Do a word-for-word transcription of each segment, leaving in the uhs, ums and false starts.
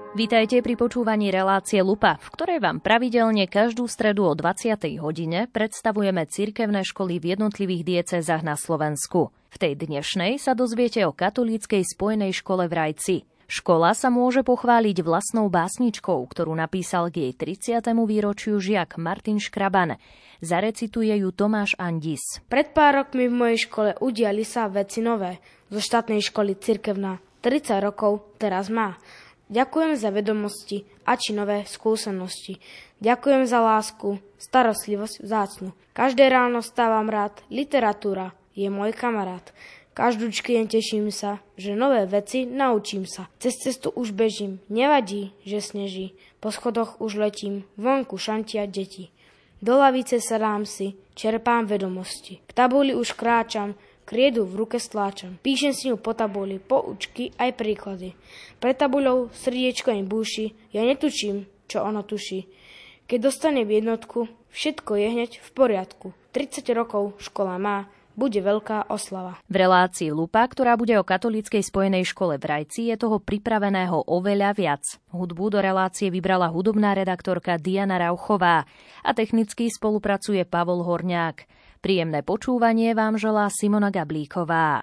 Vítajte pri počúvaní relácie Lupa, v ktorej vám pravidelne každú stredu o dvadsiatej hodine predstavujeme cirkevné školy v jednotlivých diecézach na Slovensku. V tej dnešnej sa dozviete o katolíckej spojenej škole v Rajci. Škola sa môže pochváliť vlastnou básničkou, ktorú napísal k jej tridsiatemu výročiu žiak Martin Škraban. Zarecituje ju Tomáš Andis. Pred pár rokmi v mojej škole udiali sa veci nové. Zo štátnej školy cirkevná tridsať rokov teraz má. Ďakujem za vedomosti a či nové skúsenosti. Ďakujem za lásku, starostlivosť vzácnu. Každé ráno stávam rád, literatúra je môj kamarát. Každú deň teším sa, že nové veci naučím sa. Cez cestu už bežím, nevadí, že sneží. Po schodoch už letím, vonku šantia deti. Do lavice sadám si, čerpám vedomosti. K tabuli už kráčam, kriedu v ruke stláčam. Píšem si ju po tabuli, poučky aj príklady. Pred tabuľou srdiečko im búši, ja netučím, čo ono tuší. Keď dostanem jednotku, všetko je hneď v poriadku. tridsať rokov škola má, bude veľká oslava. V relácii Lupa, ktorá bude o katolíckej spojenej škole v Rajci, je toho pripraveného oveľa viac. Hudbu do relácie vybrala hudobná redaktorka Diana Rauchová a technicky spolupracuje Pavol Horňák. Príjemné počúvanie vám želá Simona Gablíková.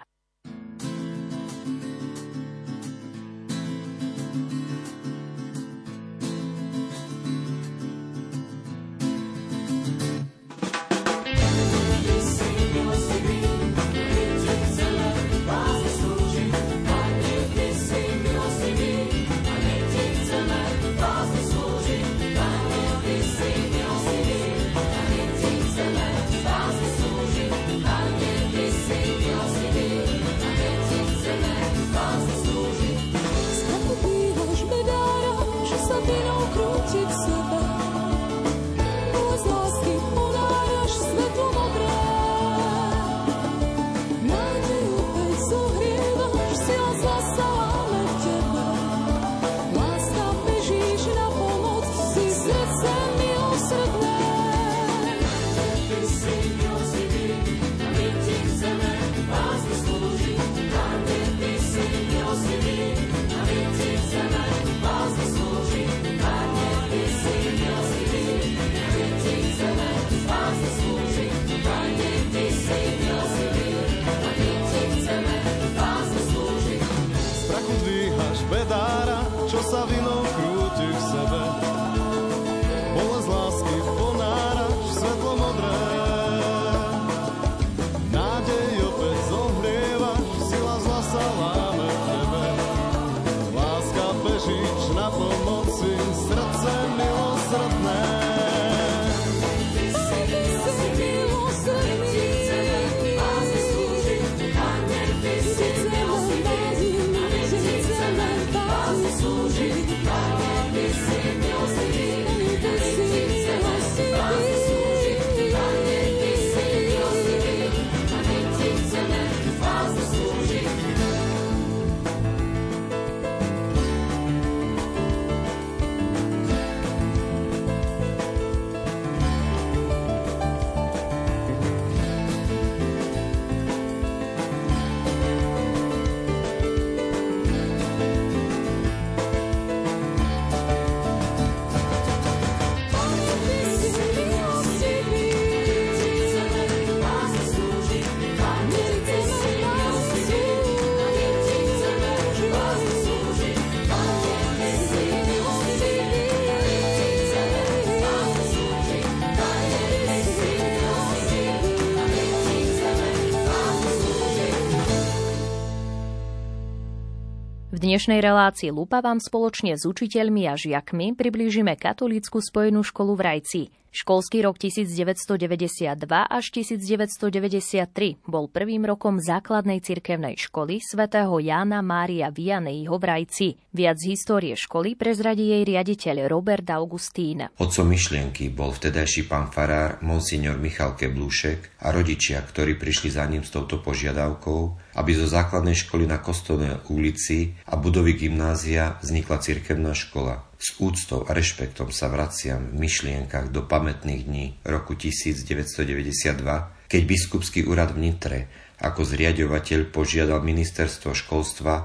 V dnešnej relácii Lupa vám spoločne s učiteľmi a žiakmi priblížime katolícku spojenú školu v Rajci. Školský rok devätnásťstodeväťdesiatdva až devätnásťstodeväťdesiattri bol prvým rokom základnej cirkevnej školy svätého Jána Mária Vianneyho v Rajci. Viac z histórie školy prezradí jej riaditeľ Robert Augustín. Otcom myšlienky bol vtedajší pán farár monsignor Michal Keblúšek a rodičia, ktorí prišli za ním s touto požiadavkou, aby zo základnej školy na Kostolnej ulici a budovy gymnázia vznikla cirkevná škola. S úctou a rešpektom sa vraciam v myšlienkach do pamätných dní roku devätnásťstodeväťdesiatdva, keď biskupský úrad v Nitre ako zriaďovateľ požiadal ministerstvo školstva o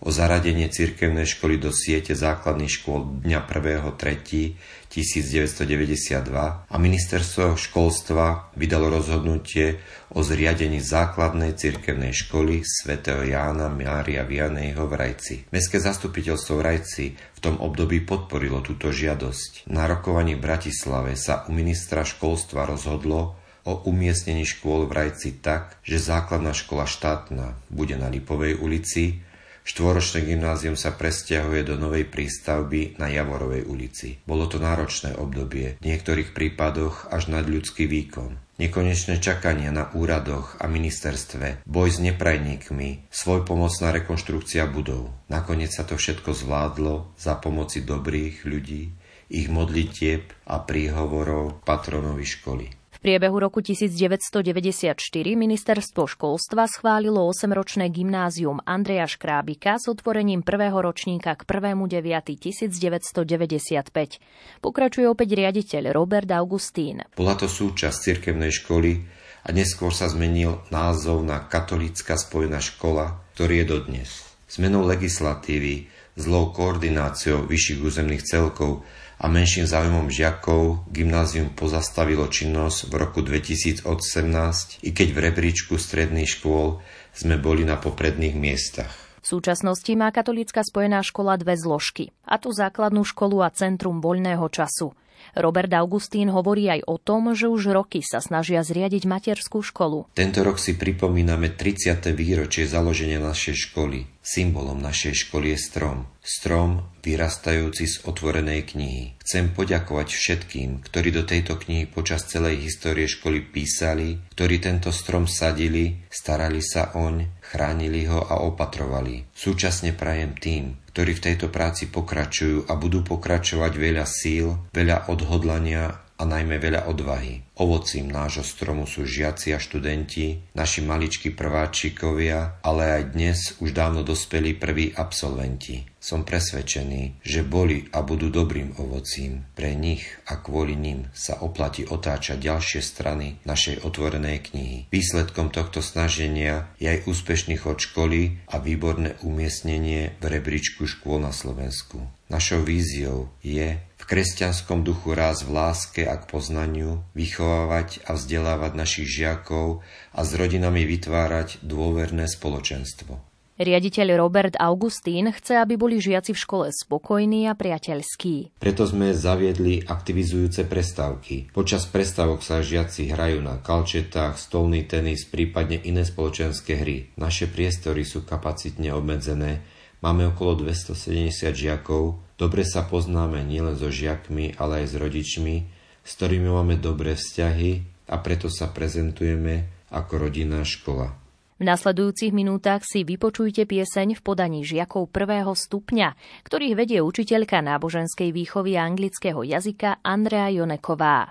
o zaradenie cirkevnej školy do siete základných škôl dňa prvého tretieho tisícdeväťstodeväťdesiatdva a ministerstvo školstva vydalo rozhodnutie o zriadení základnej cirkevnej školy svätého Jána Mária Vianneyho v Rajci. Mestské zastupiteľstvo v Rajci v tom období podporilo túto žiadosť. Na rokovaní v Bratislave sa u ministra školstva rozhodlo o umiestnení škôl v Rajci tak, že základná škola štátna bude na Lipovej ulici, štvoročné gymnázium sa presťahuje do novej prístavby na Javorovej ulici. Bolo to náročné obdobie, v niektorých prípadoch až nadľudský výkon. Nekonečné čakania na úradoch a ministerstve, boj s neprajníkmi, svojpomocná rekonštrukcia budov. Nakoniec sa to všetko zvládlo za pomoci dobrých ľudí, ich modlitieb a príhovorov patronovi školy. V priebehu roku devätnásťstodeväťdesiatštyri ministerstvo školstva schválilo osemročné gymnázium Andreja Škrábika s otvorením prvého ročníka k prvému deviateho tisícdeväťstodeväťdesiatpäť. Pokračuje opäť riaditeľ Robert Augustín. Bola to súčasť cirkevnej školy a neskôr sa zmenil názov na Katolícka spojená škola, ktorý je dodnes. Zmenou legislatívy, zlou koordináciou vyšších územných celkov a menším záujmom žiakov gymnázium pozastavilo činnosť v roku dvetisícosemnásť, i keď v rebríčku stredných škôl sme boli na popredných miestach. V súčasnosti má Katolícka spojená škola dve zložky, a to základnú školu a centrum voľného času. Robert Augustín hovorí aj o tom, že už roky sa snažia zriadiť materskú školu. Tento rok si pripomíname tridsiate výročie založenia našej školy. Symbolom našej školy je strom. Strom vyrastajúci z otvorenej knihy. Chcem poďakovať všetkým, ktorí do tejto knihy počas celej histórie školy písali, ktorí tento strom sadili, starali sa oň, chránili ho a opatrovali. Súčasne prajem tým, ktorí v tejto práci pokračujú a budú pokračovať, veľa síl, veľa odhodlania a najmä veľa odvahy. Ovocím nášho stromu sú žiaci a študenti, naši maličkí prváčikovia, ale aj dnes už dávno dospelí prví absolventi. Som presvedčený, že boli a budú dobrým ovocím. Pre nich a kvôli nim sa oplatí otáčať ďalšie strany našej otvorenej knihy. Výsledkom tohto snaženia je aj úspešný chod školy a výborné umiestnenie v rebríčku škôl na Slovensku. Našou víziou je v kresťanskom duchu rásť v láske a k poznaniu, vychovávať a vzdelávať našich žiakov a s rodinami vytvárať dôverné spoločenstvo. Riaditeľ Robert Augustín chce, aby boli žiaci v škole spokojní a priateľskí. Preto sme zaviedli aktivizujúce prestávky. Počas prestávok sa žiaci hrajú na kalčetách, stolný tenis, prípadne iné spoločenské hry. Naše priestory sú kapacitne obmedzené. Máme okolo dvestosedemdesiat žiakov. Dobre sa poznáme nielen so žiakmi, ale aj s rodičmi, s ktorými máme dobré vzťahy a preto sa prezentujeme ako rodinná škola. V nasledujúcich minútach si vypočujte pieseň v podaní žiakov prvého stupňa, ktorých vedie učiteľka náboženskej výchovy a anglického jazyka Andrea Joneková.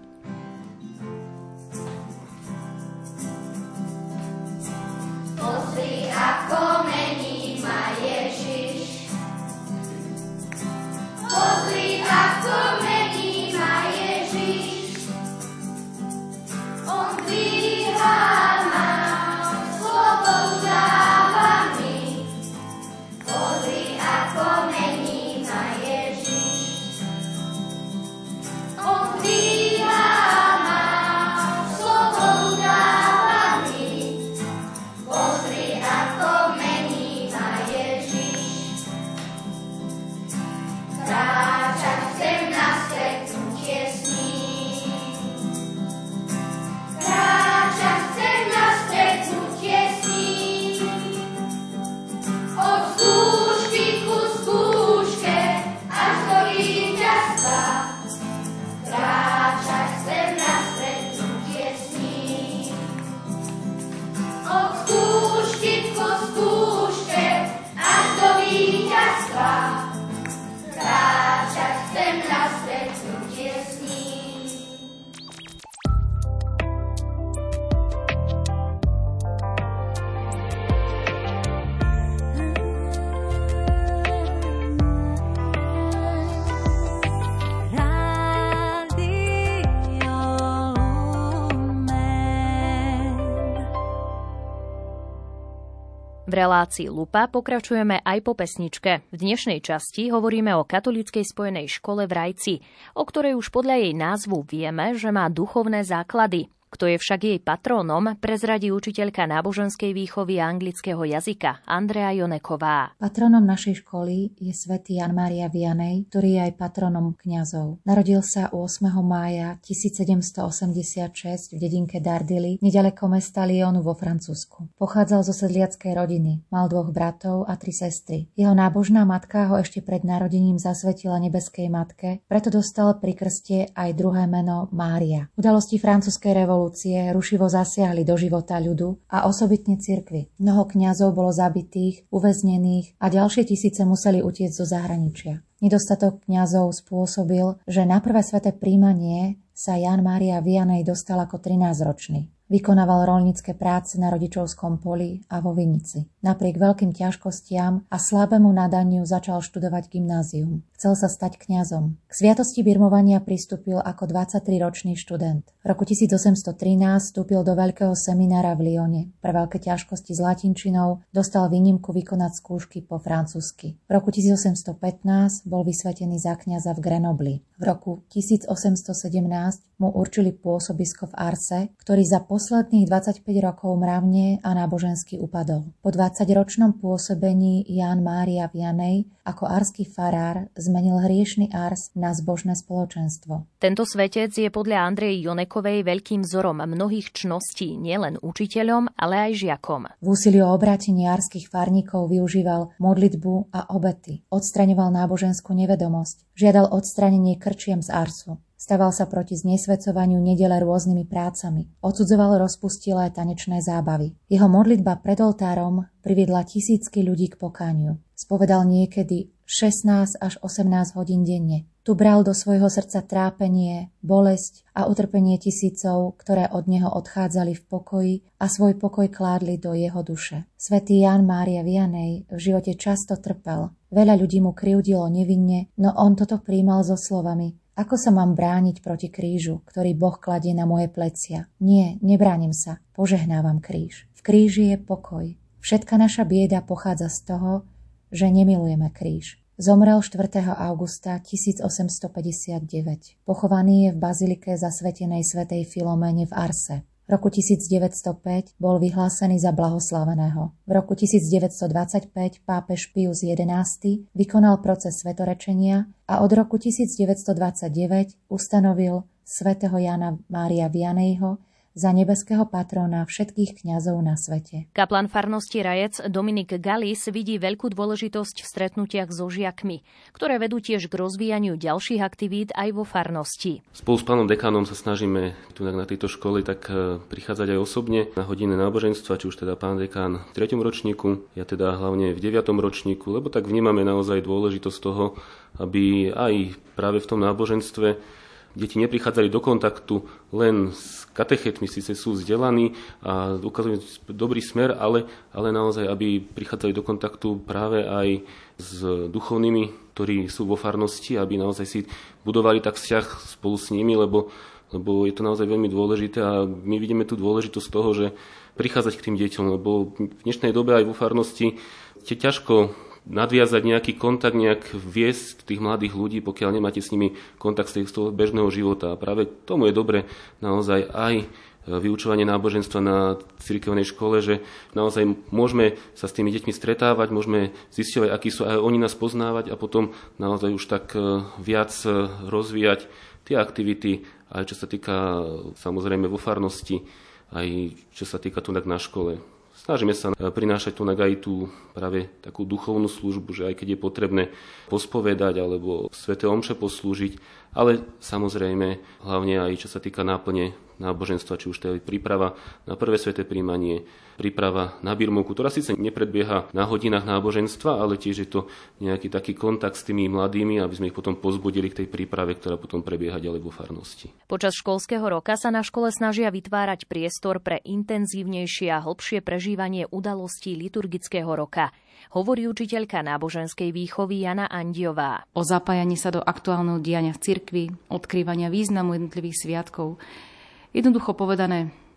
Pozri, ako mení ma Ježiš. Pozri, ako mení ma Ježiš. On dvíha ma, slovou dáva mi. Pozri, ako mení ma Ježiš. On dvíha ma, slovou dáva mi. Pozri, ako mení ma Ježiš. Kráčať chcem na stretnutie s ním. Kráčať V relácii Lupa pokračujeme aj po pesničke. V dnešnej časti hovoríme o katolíckej spojenej škole v Rajci, o ktorej už podľa jej názvu vieme, že má duchovné základy. Kto je však jej patrónom, prezradí učiteľka náboženskej výchovy a anglického jazyka Andrea Joneková. Patrónom našej školy je svätý Ján Mária Vianney, ktorý je aj patrónom kňazov. Narodil sa ôsmeho mája tisícsedemstoosemdesiatšesť v dedinke Dardilly, nedaleko mesta Lyonu vo Francúzsku. Pochádzal zo sedliackej rodiny, mal dvoch bratov a tri sestry. Jeho nábožná matka ho ešte pred narodením zasvetila nebeskej matke, preto dostal pri krste aj druhé meno Mária. Udalosti francúzskej revolúcie rušivo zasiahli do života ľudu a osobitne cirkvi. Mnoho kňazov bolo zabitých, uväznených a ďalšie tisíce museli utiecť zo zahraničia. Nedostatok kňazov spôsobil, že na prvé sväté príjmanie sa Ján Mária Vianney dostal ako trinásťročný. Vykonával roľnícke práce na rodičovskom poli a vo vinici. Napriek veľkým ťažkostiam a slabému nadaniu začal študovať gymnázium. Chcel sa stať kňazom. K sviatosti birmovania pristúpil ako dvadsaťtriročný študent. V roku tisícosemstotrinásť vstúpil do veľkého seminára v Lyone. Pre veľké ťažkosti s latinčinou dostal výnimku vykonať skúšky po francúzsky. V roku tisícosemstopätnásť bol vysvetený za kňaza v Grenobli. V roku tisícosemstosedemnásť mu určili pôsobisko v Arse, ktorý za posledných dvadsaťpäť rokov mravne a nábožensky upadol. Po dvadsaťročnom pôsobení Ján Mária Vianney ako arský farár zmenil hriešny Ars na zbožné spoločenstvo. Tento svetec je podľa Andreji Jonekovej veľkým vzorom mnohých čností, nielen učiteľom, ale aj žiakom. V úsilí o obrátenie arských farníkov využíval modlitbu a obety. Odstraňoval náboženskú nevedomosť. Žiadal odstránenie krčiem z Arsu. Staval sa proti znesvedcovaniu nedele rôznymi prácami. Odsudzoval rozpustilé tanečné zábavy. Jeho modlitba pred oltárom priviedla tisícky ľudí k pokániu. Spovedal niekedy šestnásť až osemnásť hodín denne. Tu bral do svojho srdca trápenie, bolesť a utrpenie tisícov, ktoré od neho odchádzali v pokoji a svoj pokoj kládli do jeho duše. Svätý Ján Mária Vianney v živote často trpel. Veľa ľudí mu krivdilo nevinne, no on toto prijímal so slovami: ako sa mám brániť proti krížu, ktorý Boh kladie na moje plecia? Nie, nebránim sa, požehnávam kríž. V kríži je pokoj. Všetka naša bieda pochádza z toho, že nemilujeme kríž. Zomrel štvrtého augusta tisícosemstopäťdesiatdeväť. Pochovaný je v bazilike zasvetenej svätej Filomene v Arse. V roku tisícdeväťstopäť bol vyhlásený za blahoslaveného. V roku tisícdeväťstodvadsaťpäť pápež Pius jedenásty vykonal proces svetorečenia a od roku tisícdeväťstodvadsaťdeväť ustanovil svätého Jána Mária Vianneyho za nebeského patróna všetkých kňazov na svete. Kaplan farnosti Rajec Dominik Galis vidí veľkú dôležitosť v stretnutiach so žiakmi, ktoré vedú tiež k rozvíjaniu ďalších aktivít aj vo farnosti. Spolu s pánom dekánom sa snažíme tu na tejto škole tak prichádzať aj osobne na hodiny náboženstva, či už teda pán dekán v treťom ročníku, ja teda hlavne v deviatom ročníku, lebo tak vnímame naozaj dôležitosť toho, aby aj práve v tom náboženstve deti neprichádzali do kontaktu len s katechetmi, síce sú vzdelaní a ukazujú dobrý smer, ale, ale naozaj, aby prichádzali do kontaktu práve aj s duchovnými, ktorí sú vo farnosti, aby naozaj si budovali tak vzťah spolu s nimi, lebo, lebo je to naozaj veľmi dôležité a my vidíme tú dôležitosť toho, že prichádzať k tým deťom, lebo v dnešnej dobe aj vo farnosti je ťažko nadviazať nejaký kontakt, nejak viesť tých mladých ľudí, pokiaľ nemáte s nimi kontakt z toho bežného života. A práve tomu je dobre naozaj aj vyučovanie náboženstva na cirkevnej škole, že naozaj môžeme sa s tými deťmi stretávať, môžeme zisťovať, akí sú aj oni nás poznávať a potom naozaj už tak viac rozvíjať tie aktivity, aj čo sa týka samozrejme vo farnosti, aj čo sa týka tu na škole. Snažíme sa prinášať tu aj tú práve takú duchovnú službu, že aj keď je potrebné pospovedať alebo sväté omše poslúžiť, ale samozrejme hlavne aj čo sa týka náplne náboženstva, či už to je príprava na prvé sväté príjmanie, príprava na birmovku, ktorá síce nepredbieha na hodinách náboženstva, ale tiež je to nejaký taký kontakt s tými mladými, aby sme ich potom pozbudili k tej príprave, ktorá potom prebieha ďalej vo farnosti. Počas školského roka sa na škole snažia vytvárať priestor pre intenzívnejšie a hlbšie prežívanie udalostí liturgického roka, hovorí učiteľka náboženskej výchovy Jana Andiová. O zapájaní sa do aktuálneho diania v cirkvi, odkrývania významu jednotlivých sviatkov. Jednoducho povedané,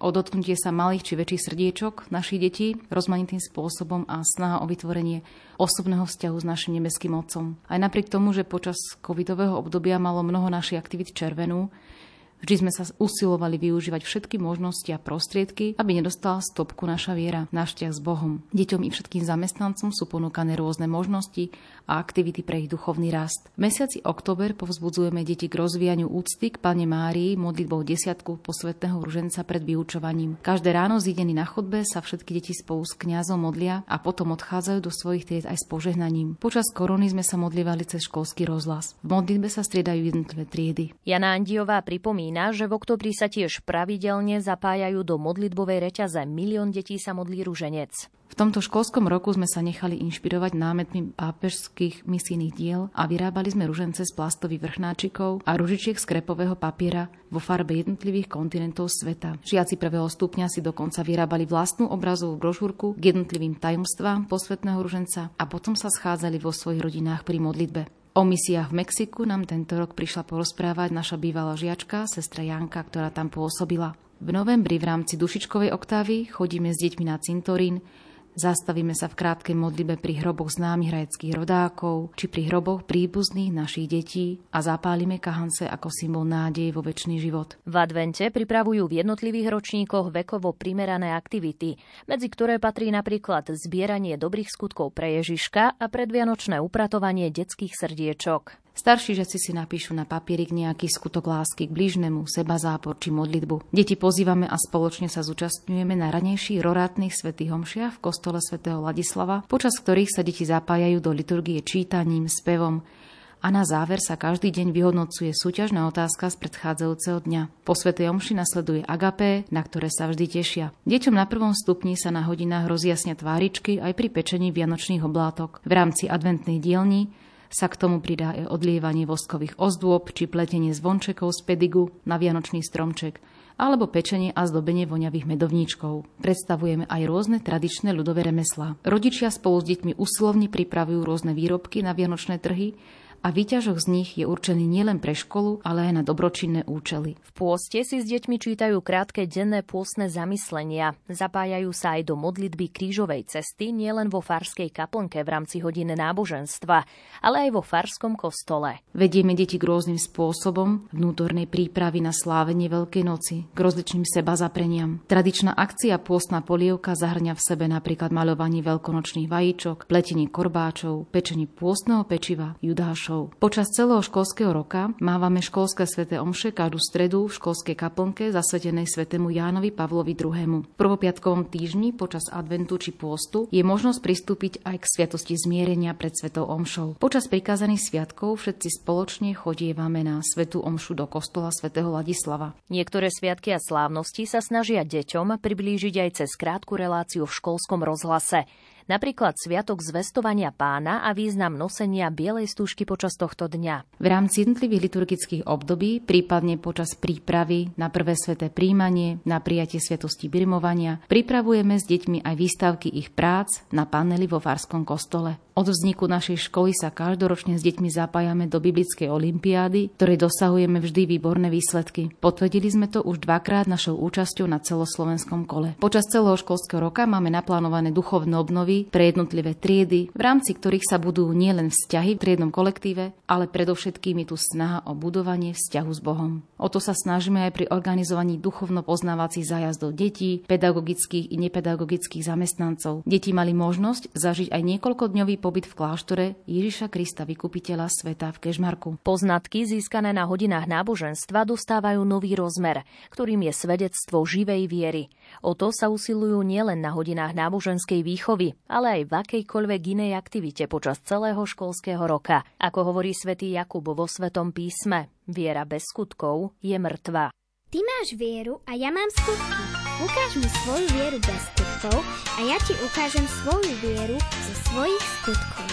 o dotknutie sa malých či väčších srdiečok našich detí rozmanitým spôsobom a snaha o vytvorenie osobného vzťahu s našim nebeským Otcom. Aj napriek tomu, že počas covidového obdobia malo mnoho našich aktivít červenú, vždy sme sa usilovali využívať všetky možnosti a prostriedky, aby nedostala stopku naša viera, náš vzťah s Bohom. Deťom i všetkým zamestnancom sú ponúkané rôzne možnosti a aktivity pre ich duchovný rast. V mesiaci október povzbudzujeme deti k rozvíjaniu úcty k Panne Márii modlitbou desiatku posvätného ruženca pred vyučovaním. Každé ráno zídení na chodbe sa všetky deti spolu s kňazom modlia a potom odchádzajú do svojich tried aj s požehnaním. Počas korony sme sa modlívali cez školský rozhlas. V modlitbe sa striedajú jednotlivé triedy. Jana Andiová pripomína, že v októbri sa tiež pravidelne zapájajú do modlitbovej reťaze. Milión detí sa modlí ruženec. V tomto školskom roku sme sa nechali inšpirovať námetmi pápežských misijných diel a vyrábali sme ružence z plastových vrchnáčikov a ružičiek z krepového papiera vo farbe jednotlivých kontinentov sveta. Žiaci prvého stupňa si dokonca vyrábali vlastnú obrazovú brožúrku k jednotlivým tajomstvám posvätného ruženca a potom sa schádzali vo svojich rodinách pri modlitbe. O misiách v Mexiku nám tento rok prišla porozprávať naša bývalá žiačka, sestra Janka, ktorá tam pôsobila. V novembri v rámci dušičkovej oktávy chodíme s deťmi na cintorín, zastavíme sa v krátkej modlitbe pri hroboch známych hereckých rodákov či pri hroboch príbuzných našich detí a zapálime kahance ako symbol nádeje vo večný život. V advente pripravujú v jednotlivých ročníkoch vekovo primerané aktivity, medzi ktoré patrí napríklad zbieranie dobrých skutkov pre Ježiška a predvianočné upratovanie detských srdiečok. Starší žiaci si napíšu na papierik nejaký skutok lásky k blížnemu, sebazápor či modlitbu. Deti pozývame a spoločne sa zúčastňujeme na ranejších rorátnych svätých omšiach v kostole svätého Ladislava, počas ktorých sa deti zapájajú do liturgie čítaním, spevom a na záver sa každý deň vyhodnocuje súťažná otázka z predchádzajúceho dňa. Po svätej omši nasleduje agapé, na ktoré sa vždy tešia. Deťom na prvom stupni sa na hodinách rozjasnia tváričky aj pri pečení vianočných oblátok. V rámci adventnej dielni sa k tomu pridá aj odlievanie voskových ozdôb či pletenie zvončekov z pedigu na vianočný stromček alebo pečenie a zdobenie voňavých medovníčkov. Predstavujeme aj rôzne tradičné ľudové remeslá. Rodičia spolu s deťmi usilovne pripravujú rôzne výrobky na vianočné trhy a výťažok z nich je určený nielen pre školu, ale aj na dobročinné účely. V pôste si s deťmi čítajú krátke denné pôstne zamyslenia. Zapájajú sa aj do modlitby krížovej cesty nielen vo farskej kaplnke v rámci hodiny náboženstva, ale aj vo farskom kostole. Vedieme deti k rôznym spôsobom vnútornej prípravy na slávenie Veľkej noci, k rozličným sebazapreniam. Tradičná akcia pôstna polievka zahŕňa v sebe napríklad maľovanie veľkonočných vajíčok, pletenie korbáčov, pečenie pôstneho pečiva, judášov. Počas celého školského roka mávame školské sväté omše každú stredu v školskej kaplnke zasvetenej svätému Jánovi Pavlovi druhému. V prvopiatkovom týždni počas adventu či pôstu je možnosť pristúpiť aj k sviatosti zmierenia pred svätou omšou. Počas prikázaných sviatkov všetci spoločne chodievame na svätú omšu do kostola svätého Ladislava. Niektoré sviatky a slávnosti sa snažia deťom priblížiť aj cez krátku reláciu v školskom rozhlase. Napríklad sviatok zvestovania Pána a význam nosenia bielej stúžky počas tohto dňa. V rámci jednotlivých liturgických období, prípadne počas prípravy na prvé sväté príjmanie, na prijatie sviatosti birmovania, pripravujeme s deťmi aj výstavky ich prác na paneli vo farskom kostole. Od vzniku našej školy sa každoročne s deťmi zapájame do biblickej olympiády, ktorej dosahujeme vždy výborné výsledky. Potvrdili sme to už dvakrát našou účasťou na celoslovenskom kole. Počas celého školského roka máme naplánované duchovné obnovy pre jednotlivé triedy, v rámci ktorých sa budú nielen vzťahy v triednom kolektíve, ale predovšetkým je tu snaha o budovanie vzťahu s Bohom. O to sa snažíme aj pri organizovaní duchovno-poznávacích zájazdov detí, pedagogických i nepedagogických zamestnancov. Deti mali možnosť zažiť aj niekoľkodňový pobyt v kláštore Ježiša Krista Vykupiteľa sveta v Kežmarku. Poznatky získané na hodinách náboženstva dostávajú nový rozmer, ktorým je svedectvo živej viery. O to sa usilujú nielen na hodinách náboženskej výchovy, ale aj v akejkoľvek inej aktivite počas celého školskieho roka. Ako hovorí svätý Jakub vo Svetom písme, viera bez skutkov je mŕtva. Ty máš vieru a ja mám skutky. Ukáž mi svoju vieru bez skutkov a ja ti ukážem svoju vieru zo svojich skutkov.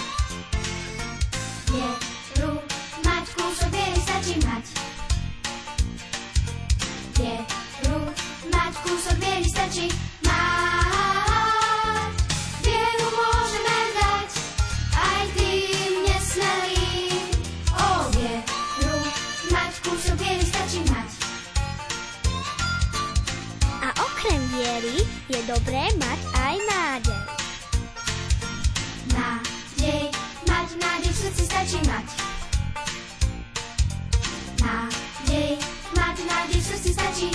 Vieru mať, kúsok viery stačí mať. Vieru mať, kúsok viery stačí mať. Vieru môžeme dať aj tým nesmelým. O, vieru mať, kúsok viery stačí mať. A okrem viery je dobré mať aj nádej. Nádej, mať nádej, v srdci stačí mať. Nádej, mať nádej, v srdci stačí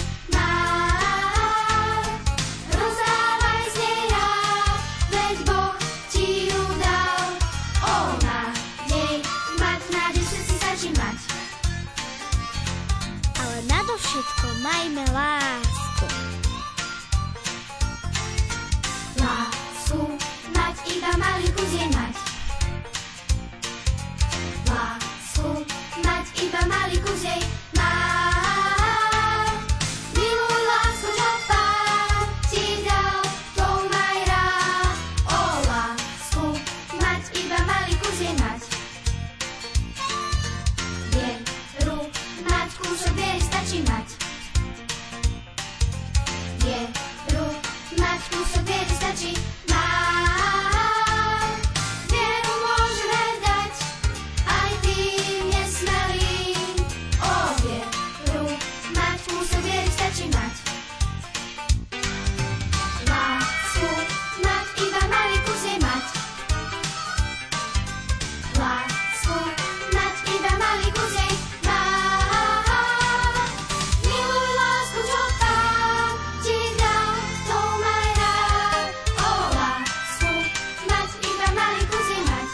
mať. Rozdávaj z nej rád, veď Boh ti ju dal. O, nádej, mať nádej, v srdci stačí mať. Ale nadovšetko majme lásku. Lásku, mať iba malý kus jej mať. Lásku, mať iba malý kus jej mať. Miluj lásku, čo Pán ti dal, to maj rád. O, lásku, mať iba malý kus jej mať. Vieru, mať kúsok viery stačí mať. Vieru, mať kúsok viery stačí mať. Vieru môžeme dať aj tým nesmelým. O, vieru, mať kúsok viery stačí mať. Lásku, mať iba malý kus jej mať. Lásku, mať iba malý kus jej mať. Miluj lásku, čo Pán ti dal, to maj rád. O, lásku, mať iba malý kus jej mať.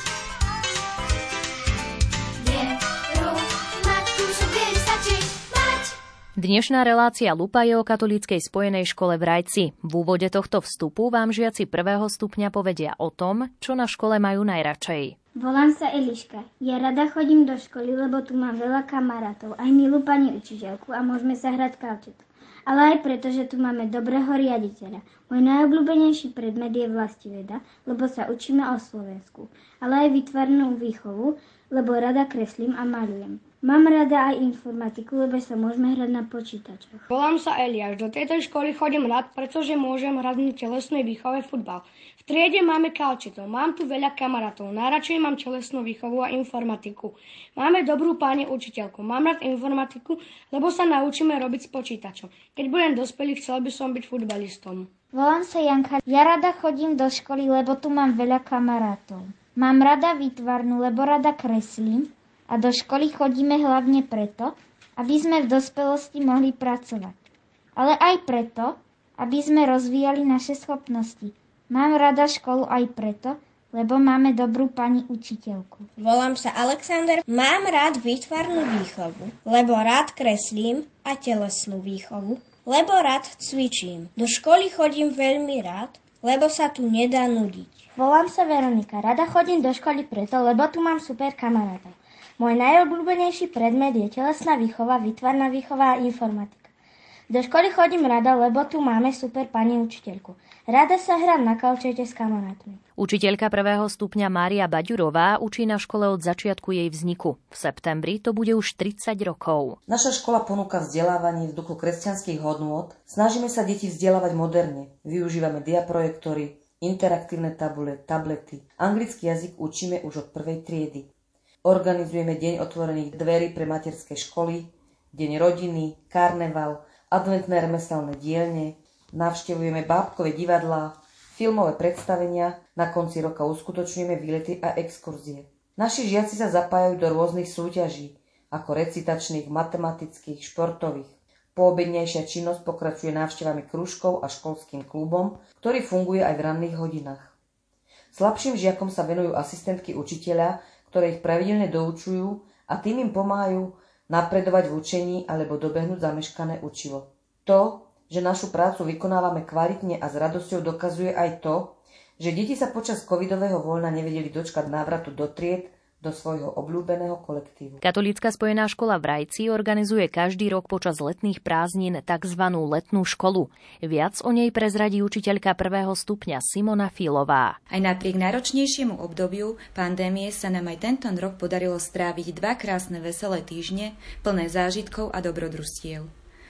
Vieru, mať kúsok viery stačí mať. Dnešná relácia Lupa je o katolíckej spojenej škole v Rajci. V úvode tohto vstupu vám žiaci prvého stupňa povedia o tom, čo na škole majú najradšej. Volám sa Eliška. Ja rada chodím do školy, lebo tu mám veľa kamarátov, aj milú pani učiteľku a môžeme sa hrať kalčetu. Ale aj preto, že tu máme dobrého riaditeľa. Môj najobľúbenejší predmet je vlastiveda, lebo sa učíme o Slovensku. Ale aj výtvarnú výchovu, lebo rada kreslím a malujem. Mám rada aj informatiku, lebo sa môžeme hrať na počítačoch. Volám sa Eliáš. Do tejto školy chodím rád, pretože môžem hrať na telesnej výchove futbal. V triede máme kalčetov. Mám tu veľa kamarátov. Najradšej mám telesnú výchovu a informatiku. Máme dobrú pani učiteľku. Mám rád informatiku, lebo sa naučíme robiť s počítačom. Keď budem dospelý, chcel by som byť futbalistom. Volám sa Janka. Ja rada chodím do školy, lebo tu mám veľa kamarátov. Mám rada výtvarnú, lebo rada kreslím. A do školy chodíme hlavne preto, aby sme v dospelosti mohli pracovať. Ale aj preto, aby sme rozvíjali naše schopnosti. Mám rada školu aj preto, lebo máme dobrú pani učiteľku. Volám sa Alexander. Mám rád výtvarnú výchovu, lebo rád kreslím a telesnú výchovu, lebo rád cvičím. Do školy chodím veľmi rád, lebo sa tu nedá nudiť. Volám sa Veronika. Rada chodím do školy preto, lebo tu mám super kamarátov. Môj najobľúbenejší predmet je telesná výchova, výtvarná výchova a informatika. Do školy chodím rada, lebo tu máme super pani učiteľku. Rada sa hrám na kalčete s kamarátmi. Učiteľka prvého stupňa Mária Baďurová učí na škole od začiatku jej vzniku. V septembri to bude už tridsať rokov. Naša škola ponúka vzdelávanie v duchu kresťanských hodnôt. Snažíme sa deti vzdelávať moderne. Využívame diaprojektory, interaktívne tabule, tablety. Anglický jazyk učíme už od prvej triedy. Organizujeme deň otvorených dverí pre materské školy, deň rodiny, karneval, adventné remeselné dielne, navštevujeme bábkové divadlá, filmové predstavenia, na konci roka uskutočňujeme výlety a exkurzie. Naši žiaci sa zapájajú do rôznych súťaží, ako recitačných, matematických, športových. Poobednejšia činnosť pokračuje návštevami krúžkov a školským klubom, ktorý funguje aj v ranných hodinách. Slabším žiakom sa venujú asistentky učiteľa, ktoré ich pravidelne doučujú a tým im pomáhajú napredovať v učení alebo dobehnúť zameškané učivo. To, že našu prácu vykonávame kvalitne a s radosťou, dokazuje aj to, že deti sa počas covidového voľna nevedeli dočkať návratu do tried, do svojho obľúbeného kolektívu. Katolícka spojená škola v Rajci organizuje každý rok počas letných prázdnin tzv. Letnú školu. Viac o nej prezradí učiteľka prvého stupňa Simona Filová. Aj napriek náročnejšiemu obdobiu pandémie sa nám aj tento rok podarilo stráviť dva krásne veselé týždne, plné zážitkov a dobrodružstiev.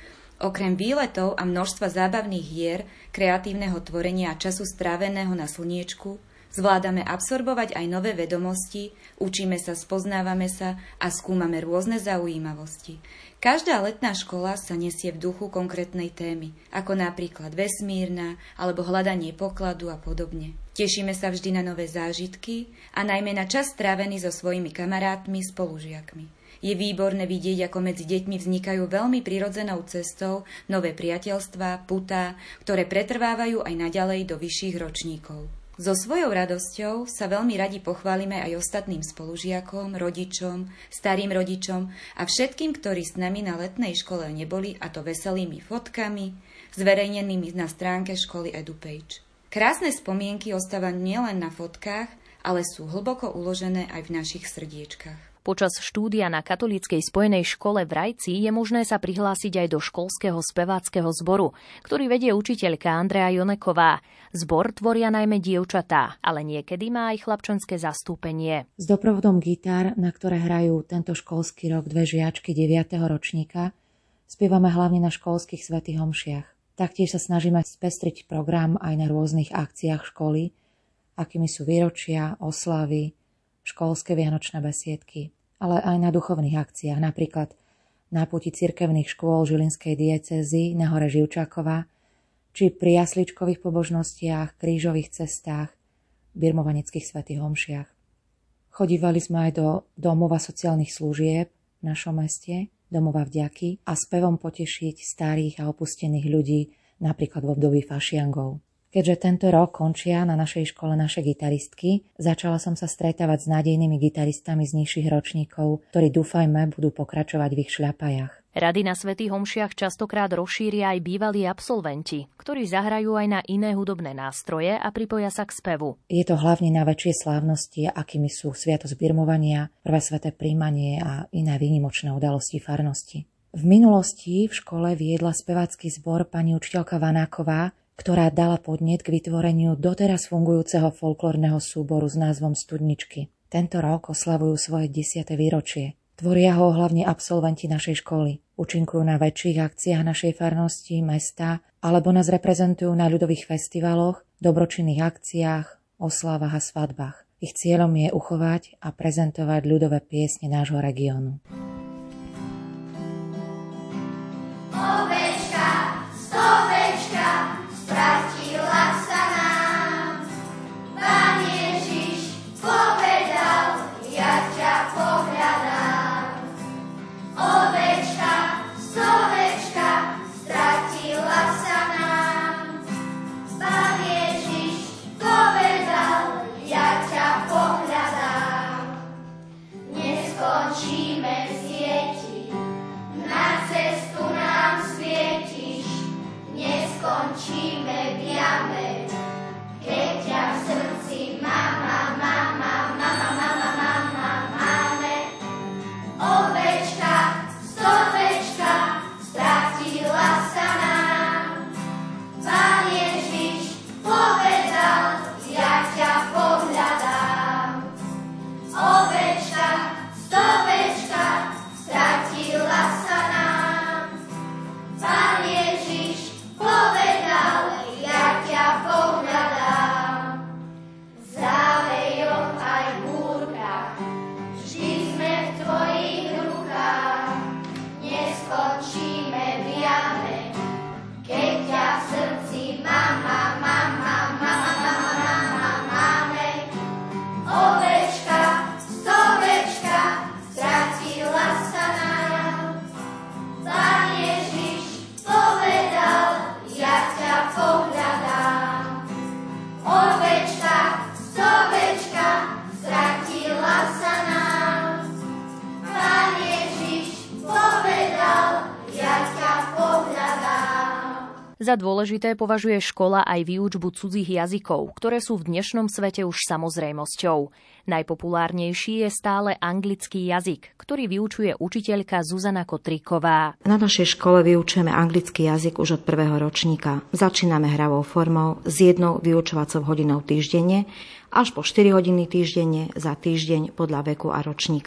Okrem výletov a množstva zábavných hier, kreatívneho tvorenia a času stráveného na slniečku, Zvládame absorbovať aj nové vedomosti, učíme sa, spoznávame sa a skúmame rôzne zaujímavosti. Každá letná škola sa nesie v duchu konkrétnej témy, ako napríklad vesmírna alebo hľadanie pokladu a podobne. Tešíme sa vždy na nové zážitky a najmä na čas strávený so svojimi kamarátmi, spolužiakmi. Je výborné vidieť, ako medzi deťmi vznikajú veľmi prirodzenou cestou nové priateľstvá, putá, ktoré pretrvávajú aj naďalej do vyšších ročníkov. So svojou radosťou sa veľmi radi pochválime aj ostatným spolužiakom, rodičom, starým rodičom a všetkým, ktorí s nami na letnej škole neboli, a to veselými fotkami, zverejnenými na stránke školy EduPage. Krásne spomienky ostávajú nielen na fotkách, ale sú hlboko uložené aj v našich srdiečkach. Počas štúdia na katolíckej spojenej škole v Rajci je možné sa prihlásiť aj do školského speváckeho zboru, ktorý vedie učiteľka Andrea Joneková. Zbor tvoria najmä dievčatá, ale niekedy má aj chlapčenské zastúpenie. S doprovodom gitár, na ktoré hrajú tento školský rok dve žiačky deviateho ročníka, spievame hlavne na školských svätých omšiach. Taktiež sa snažíme spestriť program aj na rôznych akciách školy, akými sú výročia, oslavy, školské vianočné besiedky, ale aj na duchovných akciách, napríklad na puti cirkevných škôl Žilinskej diecézy na hore Živčákova, či pri jasličkových pobožnostiach, krížových cestách, birmovaneckých svätých omšiach. Chodívali sme aj do domova sociálnych služieb v našom meste, domova vďaky, a spevom potešiť starých a opustených ľudí, napríklad v období fašiangov. Keďže tento rok končia na našej škole naše gitaristky, začala som sa stretávať s nádejnými gitaristami z nižších ročníkov, ktorí dúfajme budú pokračovať v ich šľapajach. Rady na svätých omšiach častokrát rozšíria aj bývalí absolventi, ktorí zahrajú aj na iné hudobné nástroje a pripoja sa k spevu. Je to hlavne na väčšie slávnosti, akými sú sviatosť birmovania, prvé sväté príjmanie a iné výnimočné udalosti farnosti. V minulosti v škole viedla spevácky zbor pani učiteľka Vanáková, ktorá dala podnet k vytvoreniu doteraz fungujúceho folklórneho súboru s názvom Studničky. Tento rok oslavujú svoje desiate výročie. Tvoria ho hlavne absolventi našej školy. Účinkujú na väčších akciách našej farnosti, mesta, alebo nás reprezentujú na ľudových festivaloch, dobročinných akciách, oslavách a svadbách. Ich cieľom je uchovať a prezentovať ľudové piesne nášho regiónu. Ovečka, stovečka, stratila sa nám. Pán Ježiš povedal, ja ťa pohľadám. Ovečka, stovečka, stratila sa nám. Pán Ježiš povedal, ja ťa pohľadám. Neskončíme v sieti, na cestu nám svietiš. Neskončíme v jame, keď ťa v srdci mama, mama, mama, mama, mama, máme. Ovečka, stovečka, stratila sa nám. Pán Ježiš povedal, ja ťa pohľadám. Ovečka, stovečka, stratila sa nám. Pán Ježiš povedal, ja ťa pohľadám. V závejoch aj búrkach, vždy sme v tvojich rukách. Neskončíme v jame, keď ťa v srdci mama, mama, mama, mama, mama, máme. Ovečka, stovečka, stratila sa nám. Pán Ježiš povedal, ja ťa pohľadám. Ovečka, stovečka, stratila sa nám. Pán Ježiš povedal, ja ťa pohľadám. Za dôležité považuje škola aj výučbu cudzích jazykov, ktoré sú v dnešnom svete už samozrejmosťou. Najpopulárnejší je stále anglický jazyk, ktorý vyučuje učiteľka Zuzana Kotríková. Na našej škole vyučujeme anglický jazyk už od prvého ročníka. Začíname hravou formou s jednou vyučovacou hodinou týždenne až po štyri hodiny týždenne za týždeň podľa veku a ročníka.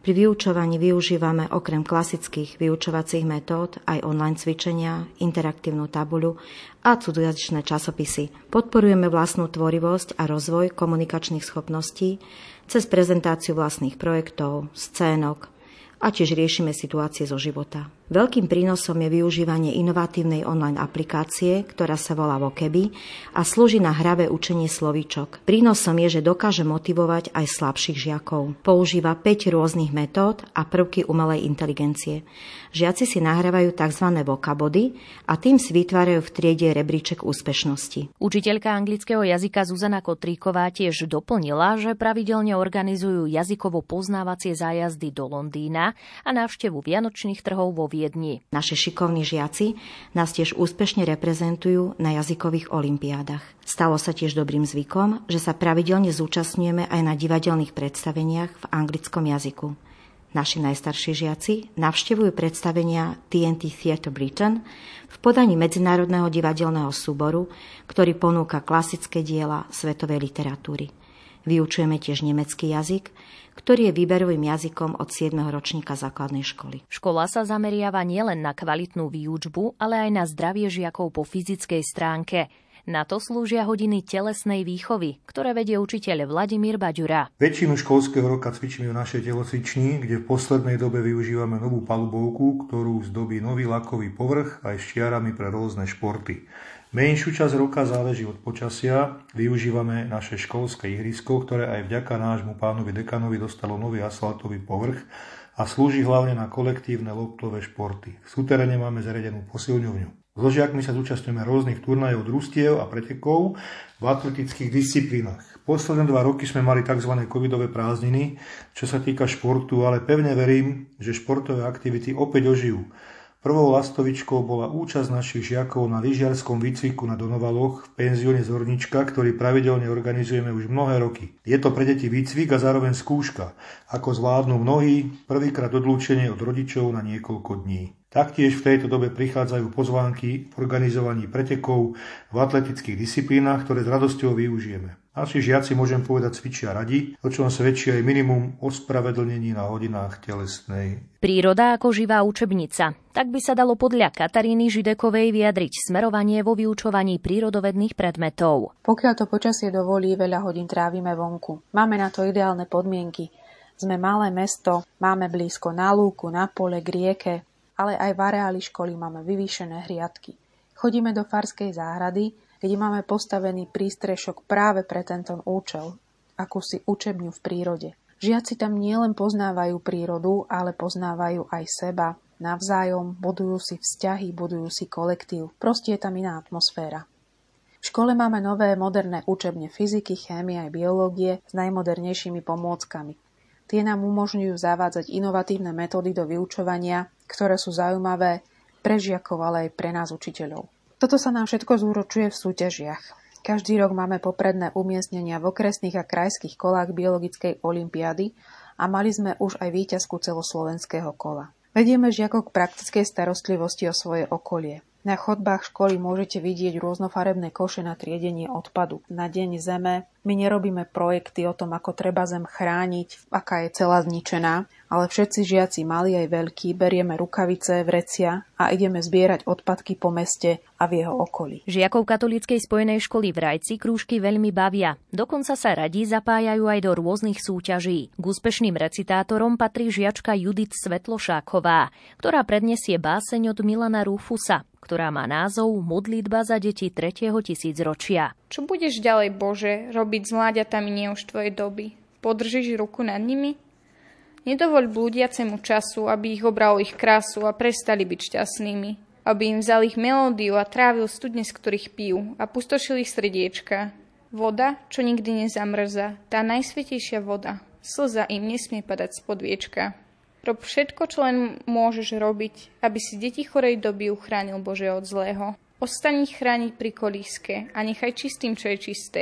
Pri vyučovaní využívame okrem klasických vyučovacích metód aj online cvičenia, interaktívnu tabuľu a cudzojazyčné časopisy. Podporujeme vlastnú tvorivosť a rozvoj komunikačných schopností cez prezentáciu vlastných projektov, scénok a tiež riešime situácie zo života. Veľkým prínosom je využívanie inovatívnej online aplikácie, ktorá sa volá Voceby a slúži na hravé učenie slovíčok. Prínosom je, že dokáže motivovať aj slabších žiakov. Používa päť rôznych metód a prvky umelej inteligencie. Žiaci si nahrávajú tzv. Vocabody a tým si vytvárajú v triede rebríček úspešnosti. Učiteľka anglického jazyka Zuzana Kotríková tiež doplnila, že pravidelne organizujú jazykovo poznávacie zájazdy do Londýna a návštevu vianočných trhov vo Viedni. Naši šikovní žiaci nás tiež úspešne reprezentujú na jazykových olympiádach. Stalo sa tiež dobrým zvykom, že sa pravidelne zúčastňujeme aj na divadelných predstaveniach v anglickom jazyku. Naši najstarší žiaci navštevujú predstavenia T N T Theatre Britain v podaní Medzinárodného divadelného súboru, ktorý ponúka klasické diela svetovej literatúry. Vyučujeme tiež nemecký jazyk, ktorý je výberovým jazykom od siedmeho ročníka základnej školy. Škola sa zameriava nielen na kvalitnú výučbu, ale aj na zdravie žiakov po fyzickej stránke. Na to slúžia hodiny telesnej výchovy, ktoré vedie učiteľ Vladimír Baďura. Väčšinu školského roka cvičíme v našej telocvični, kde v poslednej dobe využívame novú palubovku, ktorú zdobí nový lakový povrch aj s čiarami pre rôzne športy. Menšiu časť roka záleží od počasia. Využívame naše školské ihrisko, ktoré aj vďaka nášmu pánovi dekanovi dostalo nový asfaltový povrch a slúži hlavne na kolektívne loptové športy. V súteréne máme zariadenú posilňovňu. So žiakmi sa zúčastňujeme rôznych turnajov, družstiev a pretekov v atletických disciplínach. Posledné dva roky sme mali tzv. Covidové prázdniny, čo sa týka športu, ale pevne verím, že športové aktivity opäť ožijú. Prvou lastovičkou bola účasť našich žiakov na lyžiarskom výcviku na Donovaloch v penzióne Zornička, ktorý pravidelne organizujeme už mnohé roky. Je to pre deti výcvik a zároveň skúška, ako zvládnu mnohí prvýkrát odlúčenie od rodičov na niekoľko dní. Taktiež v tejto dobe prichádzajú pozvánky v organizovaní pretekov v atletických disciplínach, ktoré s radosťou využijeme. Naši žiaci, môžem povedať, cvičia radi, o čom svedčí aj minimum ospravedlnení na hodinách telesnej. Príroda ako živá učebnica. Tak by sa dalo podľa Kataríny Židekovej vyjadriť smerovanie vo vyučovaní prírodovedných predmetov. Pokiaľ to počasie dovolí, veľa hodín trávime vonku. Máme na to ideálne podmienky. Sme malé mesto, máme blízko na lúku, na pole, k rieke, ale aj v areáli školy máme vyvýšené hriadky. Chodíme do farskej záhrady, kde máme postavený prístrešok práve pre tento účel, akúsi učebňu v prírode. Žiaci tam nielen poznávajú prírodu, ale poznávajú aj seba, navzájom, budujú si vzťahy, budujú si kolektív. Proste je tam iná atmosféra. V škole máme nové moderné učebne fyziky, chémie aj biológie s najmodernejšími pomôckami. Tie nám umožňujú zavádzať inovatívne metódy do vyučovania, ktoré sú zaujímavé pre žiakov, ale aj pre nás učiteľov. Toto sa nám všetko zúročuje v súťažiach. Každý rok máme popredné umiestnenia v okresných a krajských kolách biologickej olympiády a mali sme už aj víťazku celoslovenského kola. Vedieme žiakov k praktickej starostlivosti o svoje okolie. Na chodbách školy môžete vidieť rôznofarebné koše na triedenie odpadu. Na deň zeme my nerobíme projekty o tom, ako treba zem chrániť, aká je celá zničená, ale všetci žiaci, malí aj veľkí, berieme rukavice, vrecia a ideme zbierať odpadky po meste a v jeho okolí. Žiakov katolíckej spojenej školy v Rajci krúžky veľmi bavia. Dokonca sa radi zapájajú aj do rôznych súťaží. K úspešným recitátorom patrí žiačka Judith Svetlošáková, ktorá predniesie báseň od Milana Rufusa, ktorá má názov Modlitba za deti tretieho tisícročia. Čo budeš ďalej, Bože, robiť s mláďatami neúž tvojej doby? Podržíš ruku nad nimi? Nedovoľ blúdiacemu času, aby ich obralo ich krásu a prestali byť šťastnými. Aby im vzal ich melódiu a trávil studne, z ktorých pijú a pustošil ich srdiečka. Voda, čo nikdy nezamrza, tá najsvätejšia voda. Slza im nesmie padať spod viečka. Rob všetko, čo len môžeš robiť, aby si deti chorej doby uchránil, Bože, od zlého. Ostaň ich chrániť pri kolíske a nechaj čistým, čo je čisté.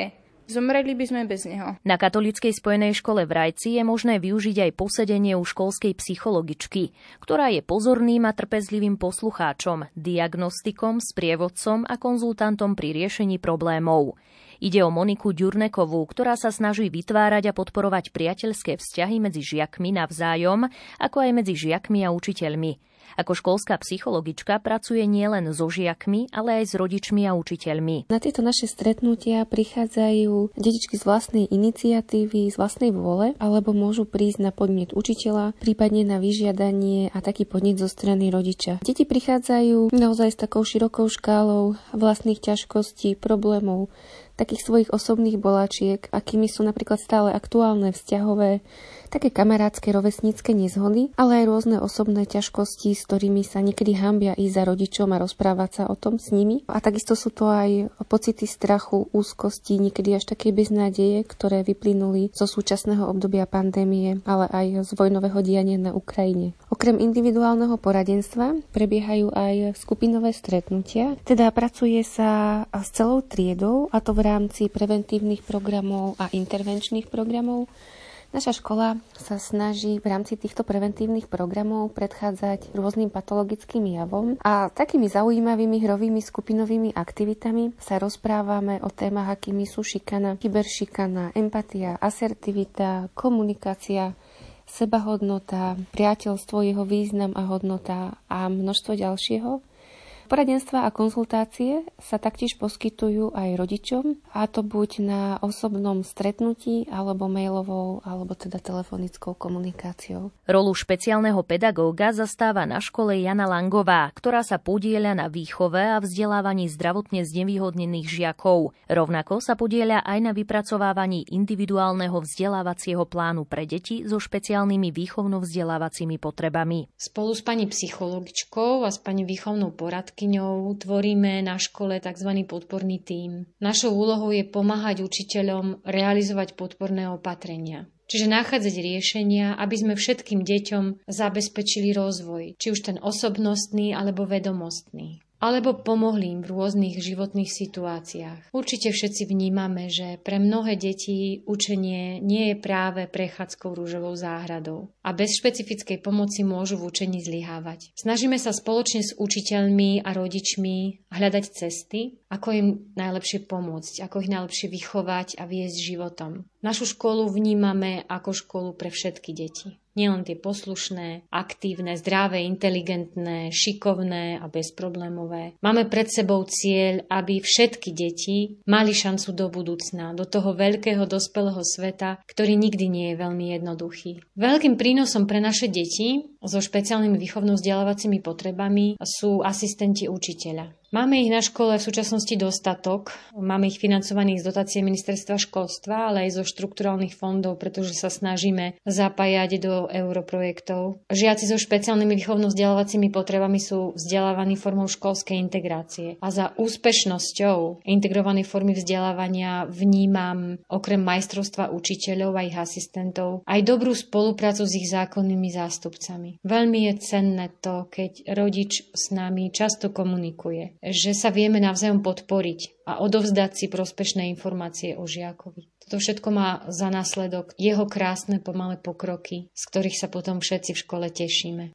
Zomreli by sme bez neho. Na katolíckej spojenej škole v Rajci je možné využiť aj posedenie u školskej psychologičky, ktorá je pozorným a trpezlivým poslucháčom, diagnostikom, sprievodcom a konzultantom pri riešení problémov. Ide o Moniku Ďurnekovú, ktorá sa snaží vytvárať a podporovať priateľské vzťahy medzi žiakmi navzájom, ako aj medzi žiakmi a učiteľmi. Ako školská psychologička pracuje nielen so žiakmi, ale aj s rodičmi a učiteľmi. Na tieto naše stretnutia prichádzajú detičky z vlastnej iniciatívy, z vlastnej vôle, alebo môžu prísť na podnet učiteľa, prípadne na vyžiadanie a taký podnet zo strany rodiča. Deti prichádzajú naozaj s takou širokou škálou vlastných ťažkostí, problémov, takých svojich osobných boláčiek, akými sú napríklad stále aktuálne vzťahové, také kamarátske, rovesnícke nezhody, ale aj rôzne osobné ťažkosti, s ktorými sa niekedy hanbia ísť za rodičom a rozprávať sa o tom s nimi. A takisto sú to aj pocity strachu, úzkosti, niekedy až také beznádeje, ktoré vyplynuli zo súčasného obdobia pandémie, ale aj z vojnového diania na Ukrajine. Okrem individuálneho poradenstva prebiehajú aj skupinové stretnutia, teda pracuje sa s celou triedou, a to v rámci preventívnych programov a intervenčných programov. Naša škola sa snaží v rámci týchto preventívnych programov predchádzať rôznym patologickým javom a takými zaujímavými hrovými skupinovými aktivitami sa rozprávame o témach, akými sú šikana, kyberšikana, empatia, asertivita, komunikácia, sebahodnota, priateľstvo, jeho význam a hodnota a množstvo ďalšieho. Poradenstva a konzultácie sa taktiež poskytujú aj rodičom, a to buď na osobnom stretnutí, alebo mailovou, alebo teda telefonickou komunikáciou. Rolu špeciálneho pedagóga zastáva na škole Jana Langová, ktorá sa podieľa na výchove a vzdelávaní zdravotne znevýhodnených žiakov. Rovnako sa podieľa aj na vypracovávaní individuálneho vzdelávacieho plánu pre deti so špeciálnymi výchovno-vzdelávacími potrebami. Spolu s pani psychologičkou a s pani výchovnou poradkyňou tvoríme na škole tzv. Podporný tím. Našou úlohou je pomáhať učiteľom realizovať podporné opatrenia. Čiže nachádzať riešenia, aby sme všetkým deťom zabezpečili rozvoj, či už ten osobnostný alebo vedomostný. Alebo pomohli im v rôznych životných situáciách. Určite všetci vnímame, že pre mnohé deti učenie nie je práve prechádzkou rúžovou záhradou a bez špecifickej pomoci môžu v učení zlyhávať. Snažíme sa spoločne s učiteľmi a rodičmi hľadať cesty, ako im najlepšie pomôcť, ako ich najlepšie vychovať a viesť životom. Našu školu vnímame ako školu pre všetky deti. Nielen tie poslušné, aktívne, zdravé, inteligentné, šikovné a bezproblémové. Máme pred sebou cieľ, aby všetky deti mali šancu do budúcna, do toho veľkého dospelého sveta, ktorý nikdy nie je veľmi jednoduchý. Veľkým prínosom pre naše deti so špeciálnymi výchovno-vzdelávacími potrebami sú asistenti učiteľa. Máme ich na škole v súčasnosti dostatok. Máme ich financovaných z dotácie ministerstva školstva, ale aj zo štrukturálnych fondov, pretože sa snažíme zapájať do europrojektov. Žiaci so špeciálnymi výchovno-vzdelávacími potrebami sú vzdelávaní formou školskej integrácie. A za úspešnosťou integrovanej formy vzdelávania vnímam okrem majstrovstva učiteľov a ich asistentov aj dobrú spoluprácu s ich zákonnými zástupcami. Veľmi je cenné to, keď rodič s nami často komunikuje, že sa vieme navzájom podporiť a odovzdať si prospešné informácie o žiakovi. Toto všetko má za následok jeho krásne pomalé pokroky, z ktorých sa potom všetci v škole tešíme.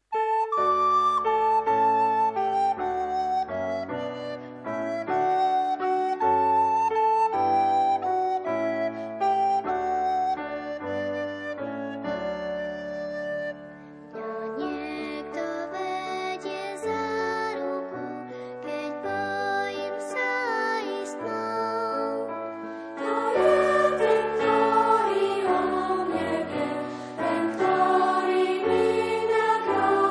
Ten, ktorý mi nagrádil.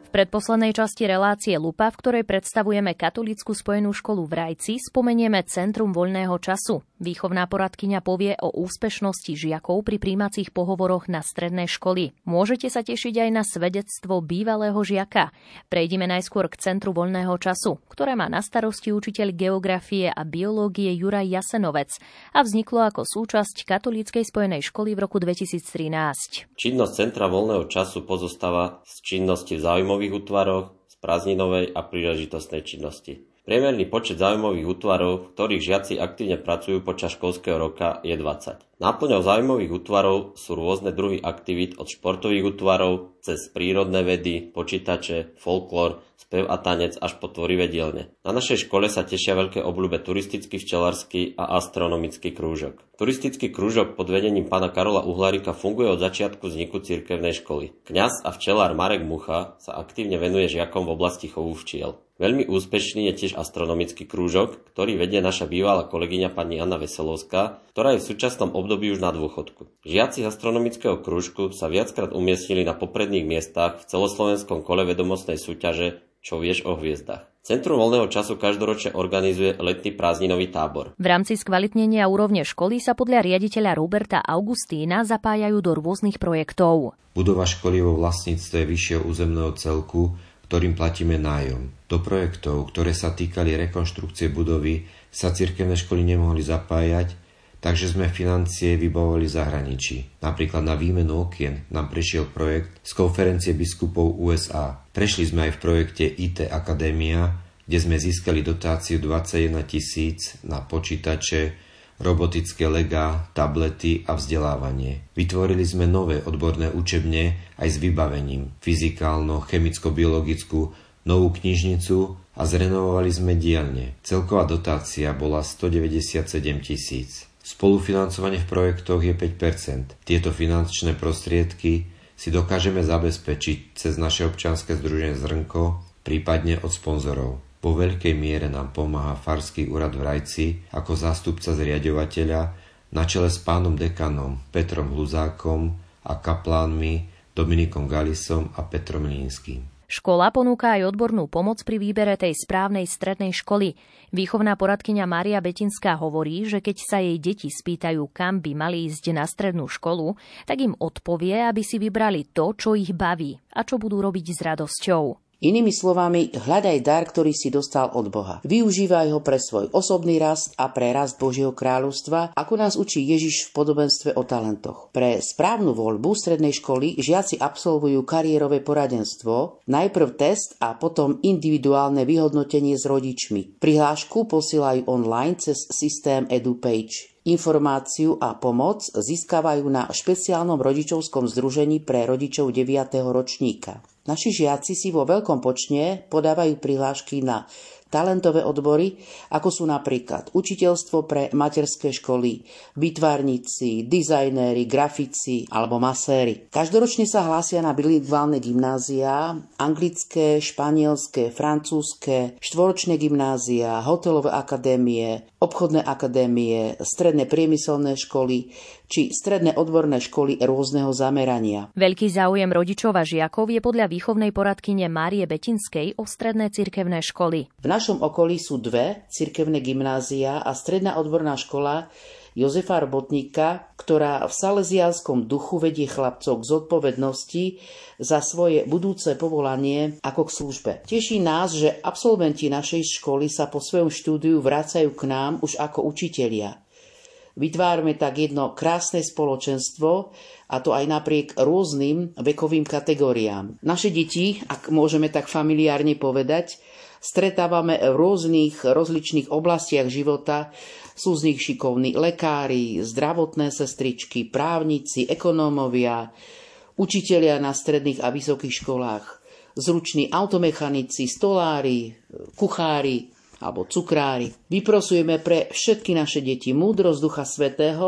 V predposlednej časti relácie Lupa, v ktorej predstavujeme katolícku spojenú školu v Rajci, spomenieme Centrum voľného času. Výchovná poradkyňa povie o úspešnosti žiakov pri prijímacích pohovoroch na stredné školy. Môžete sa tešiť aj na svedectvo bývalého žiaka. Prejdime najskôr k Centru voľného času, ktoré má na starosti učiteľ geografie a biológie Juraj Jasenovec a vzniklo ako súčasť katolíckej spojenej školy v roku dvetisíctrinásť. Činnosť Centra voľného času pozostáva z činnosti v záujmových útvaroch, z prázdninovej a príležitostnej činnosti. Priemerný počet záujmových útvarov, v ktorých žiaci aktívne pracujú počas školského roka, je dvadsať. Náplňou záujmových útvarov sú rôzne druhy aktivít od športových útvarov cez prírodné vedy, počítače, folklór, spev a tanec až po tvorivé dielne. Na našej škole sa tešia veľké obľúbe turistický, včelársky a astronomický krúžok. Turistický krúžok pod vedením pána Karola Uhlarika funguje od začiatku vzniku cirkevnej školy. Kňaz a včelár Marek Mucha sa aktívne venuje žiakom v oblasti chovu včiel. Veľmi úspešný je tiež astronomický krúžok, ktorý vedie naša bývalá kolegyňa pani Anna Veselovská, ktorá je v súčasnom období už na dôchodku. Žiaci astronomického krúžku sa viackrát umiestnili na popredných miestach v celoslovenskom kole vedomostnej súťaže Čo vieš o hviezdach. Centrum voľného času každoročne organizuje letný prázdninový tábor. V rámci skvalitnenia úrovne školy sa podľa riaditeľa Roberta Augustína zapájajú do rôznych projektov. Budova školy vo vlastníctve vyššieho územného celku, ktorým platíme nájom. Do projektov, ktoré sa týkali rekonštrukcie budovy, sa cirkevné školy nemohli zapájať, takže sme financie vybavovali v zahraničí. Napríklad na výmenu okien nám prešiel projekt z konferencie biskupov ú es á. Prešli sme aj v projekte í té Akadémia, kde sme získali dotáciu dvadsaťjeden tisíc na počítače, robotické legá, tablety a vzdelávanie. Vytvorili sme nové odborné učebne aj s vybavením, fyzikálno, chemicko-biologickú, novú knižnicu a zrenovovali sme dielne. Celková dotácia bola stodeväťdesiatsedem tisíc. Spolufinancovanie v projektoch je päť percent. Tieto finančné prostriedky si dokážeme zabezpečiť cez naše občianske združenie Zrnko, prípadne od sponzorov. Po veľkej miere nám pomáha Farský úrad v Rajci ako zástupca zriaďovateľa na čele s pánom dekanom Petrom Hluzákom a kaplánmi Dominikom Galisom a Petrom Línským. Škola ponúka aj odbornú pomoc pri výbere tej správnej strednej školy. Výchovná poradkyňa Mária Betinská hovorí, že keď sa jej deti spýtajú, kam by mali ísť na strednú školu, tak im odpovie, aby si vybrali to, čo ich baví a čo budú robiť s radosťou. Inými slovami, hľadaj dar, ktorý si dostal od Boha. Využívaj ho pre svoj osobný rast a pre rast Božieho kráľovstva, ako nás učí Ježiš v podobenstve o talentoch. Pre správnu voľbu strednej školy žiaci absolvujú kariérové poradenstvo, najprv test a potom individuálne vyhodnotenie s rodičmi. Prihlášku posielajú online cez systém EduPage. Informáciu a pomoc získavajú na špeciálnom rodičovskom združení pre rodičov deviateho ročníka. Naši žiaci si vo veľkom počne podávajú prihlášky na talentové odbory, ako sú napríklad učiteľstvo pre materské školy, výtvarníci, dizajnéri, grafici alebo maséri. Každoročne sa hlásia na bilingválne gymnázia, anglické, španielské, francúzske, štvoročné gymnázia, hotelové akadémie, obchodné akadémie, stredné priemyselné školy či stredné odborné školy rôzneho zamerania. Veľký záujem rodičov a žiakov je podľa výchovnej poradkyne Márie Betinskej o stredné cirkevné školy. V našom okolí sú dve cirkevné gymnázia a stredná odborná škola Jozefa Robotníka, ktorá v salesiánskom duchu vedie chlapcov k zodpovednosti za svoje budúce povolanie ako k službe. Teší nás, že absolventi našej školy sa po svojom štúdiu vracajú k nám už ako učitelia. Vytvárame tak jedno krásne spoločenstvo, a to aj napriek rôznym vekovým kategóriám. Naše deti, ak môžeme tak familiárne povedať, stretávame v rôznych rozličných oblastiach života. Sú z nich šikovní lekári, zdravotné sestričky, právnici, ekonómovia, učitelia na stredných a vysokých školách, zruční automechanici, stolári, kuchári alebo cukrári. Vyprosujeme pre všetky naše deti múdrosť Ducha Svätého,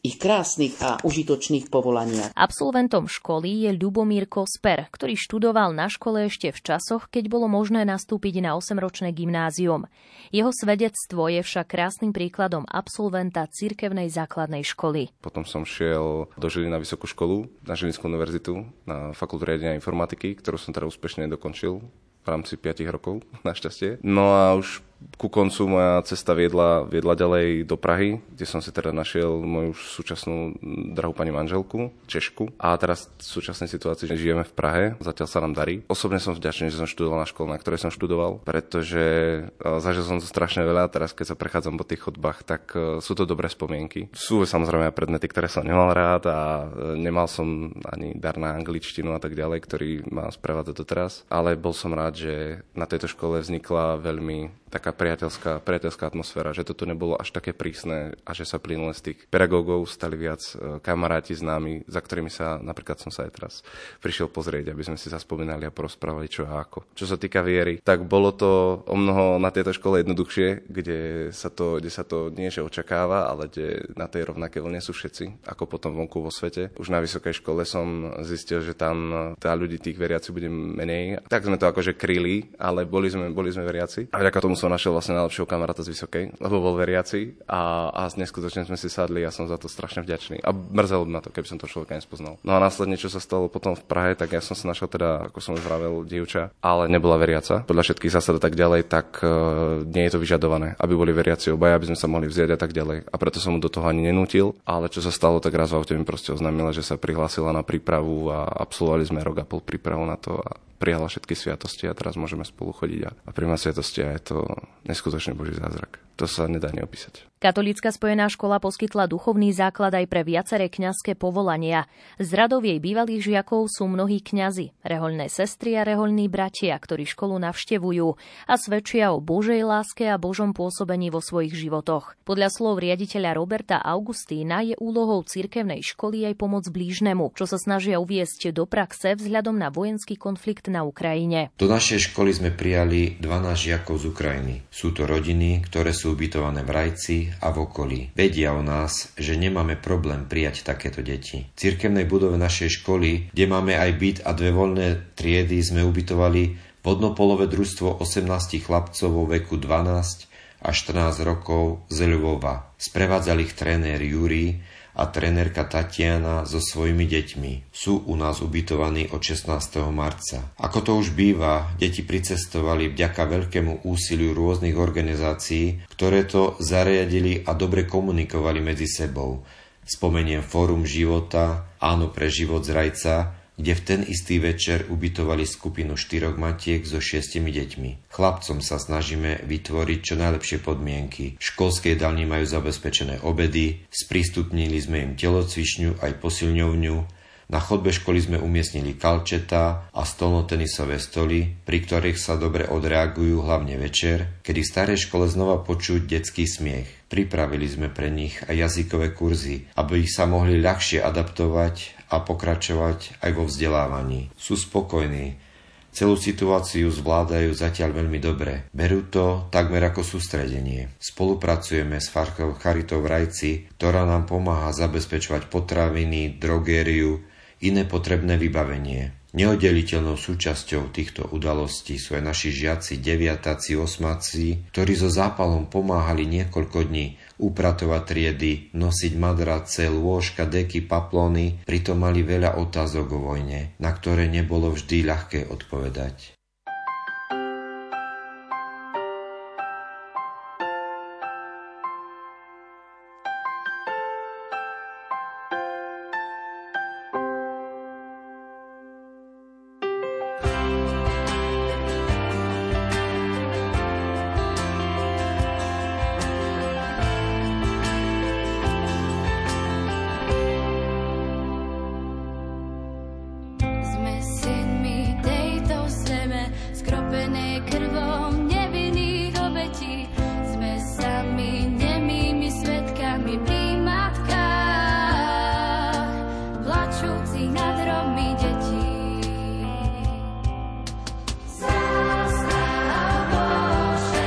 ich krásnych a užitočných povolaniach. Absolventom školy je Ľubomír Kosper, ktorý študoval na škole ešte v časoch, keď bolo možné nastúpiť na osemročné gymnázium. Jeho svedectvo je však krásnym príkladom absolventa cirkevnej základnej školy. Potom som šiel do Žiliny na vysokú školu, na Žilinskú univerzitu, na fakultu riadenia informatiky, ktorú som teda úspešne dokončil v rámci piatich rokov, našťastie. No a už ku koncu moja cesta viedla, viedla ďalej do Prahy, kde som si teda našiel moju súčasnú drahú pani manželku, Češku. A teraz v súčasnej situácii že žijeme v Prahe, zatiaľ sa nám darí. Osobne som vďačný, že som študoval na škole, na ktorej som študoval, pretože zažil som to strašne veľa. Teraz keď sa prechádzam po tých chodbách, tak sú to dobré spomienky. Sú samozrejme aj predmety, ktoré som nemal rád a nemal som ani dar na angličtinu a tak ďalej, ktorý ma sprevádza doteraz. Ale bol som rád, že na tejto škole vznikla veľmi taká priateľská, priateľská atmosféra, že toto nebolo až také prísne a že sa plynule z tých pedagógov stali viac kamaráti známi, za ktorými sa napríklad som sa aj teraz prišiel pozrieť, aby sme si zaspomínali a porozprávali čo a ako. Čo sa týka viery, tak bolo to o mnoho na tejto škole jednoduchšie, kde sa to, kde sa to nie že očakáva, ale kde na tej rovnaké vlne sú všetci, ako potom vonku vo svete. Už na vysokej škole som zistil, že tam tá ľudí tých veriacich bude menej. Tak sme to akože kryli, ale boli sme, boli sme veriaci. A vďaka tomu som našiel vlastne najlepšieho kamaráta z vysokej, lebo bol veriaci a, a neskutočne sme si sadli a som za to strašne vďačný. A mrzelo by ma to, keby som to človeka nespoznal. No a následne, čo sa stalo potom v Prahe, tak ja som si našiel teda, ako som už vravel, dievča, ale nebola veriaca. Podľa všetkých zásad a tak ďalej, tak uh, nie je to vyžadované, aby boli veriaci obaja, aby sme sa mohli vziať a tak ďalej. A preto som mu do toho ani nenútil, ale čo sa stalo, tak raz v aute mi proste oznámila, že sa prihlásila na prípravu a absolvovali sme rok a pol prípravu na to a prijala všetky sviatosti a teraz môžeme spolu chodiť a, a príjmať sviatosti a je to neskutočne Boží zázrak. To sa nedá ani opísať. Katolícka spojená škola poskytla duchovný základ aj pre viaceré kňazské povolania. Z radov jej bývalých žiakov sú mnohí kňazi, rehoľné sestry a rehoľní bratia, ktorí školu navštevujú a svedčia o Božej láske a Božom pôsobení vo svojich životoch. Podľa slov riaditeľa Roberta Augustína je úlohou cirkevnej školy aj pomoc blížnemu, čo sa snažia uviesť do praxe vzhľadom na vojenský konflikt na Ukrajine. Do našej školy sme prijali dvanásť žiakov z Ukrajiny. Sú to rodiny, ktoré sú ubytované v Rajci a v okolí. Vedia o nás, že nemáme problém prijať takéto deti. V cirkevnej budove našej školy, kde máme aj byt a dve voľné triedy, sme ubytovali vodnopolové družstvo osemnásť chlapcov vo veku dvanásť a štrnásť rokov z Lvova. Sprevádzali ich tréner Jurij a trénerka Tatiana so svojimi deťmi. Sú u nás ubytovaní od šestnásteho marca. Ako to už býva, deti pricestovali vďaka veľkému úsiliu rôznych organizácií, ktoré to zariadili a dobre komunikovali medzi sebou. Spomeniem Fórum života, Áno pre život z Rajca, kde v ten istý večer ubytovali skupinu štyroch matiek so šiestimi deťmi. Chlapcom sa snažíme vytvoriť čo najlepšie podmienky. V školskej jedálni majú zabezpečené obedy, sprístupnili sme im telocvičňu aj posilňovňu, na chodbe školy sme umiestnili kalčetá a stolnotenisové stoly, pri ktorých sa dobre odreagujú hlavne večer, kedy v starej škole znova počuť detský smiech. Pripravili sme pre nich aj jazykové kurzy, aby ich sa mohli ľahšie adaptovať a pokračovať aj vo vzdelávaní. Sú spokojní. Celú situáciu zvládajú zatiaľ veľmi dobre. Berú to takmer ako sústredenie. Spolupracujeme s Farkou Charitou v Rajci, ktorá nám pomáha zabezpečovať potraviny, drogériu, iné potrebné vybavenie. Neoddeliteľnou súčasťou týchto udalostí sú aj naši žiaci, deviatáci, osmáci, ktorí so zápalom pomáhali niekoľko dní upratovať triedy, nosiť madrace, lôžka, deky, paplóny, pritom mali veľa otázok o vojne, na ktoré nebolo vždy ľahké odpovedať.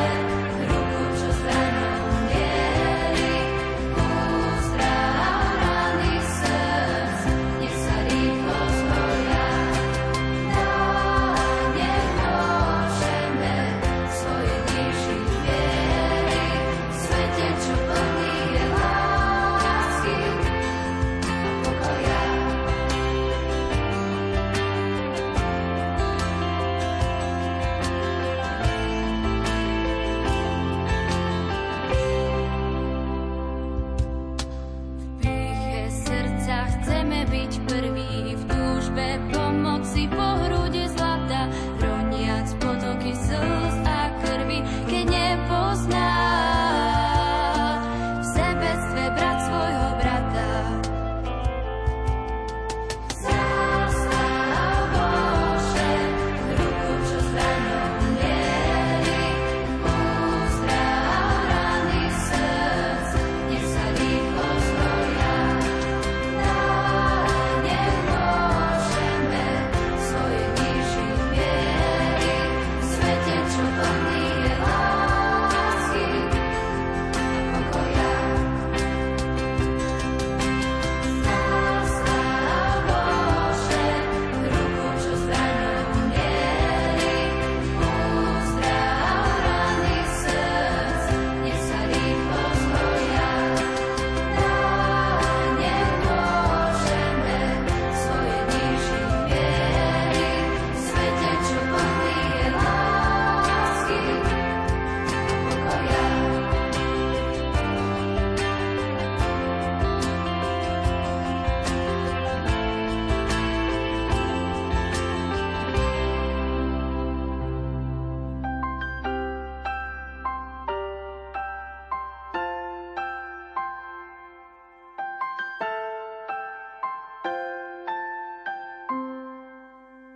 Zranou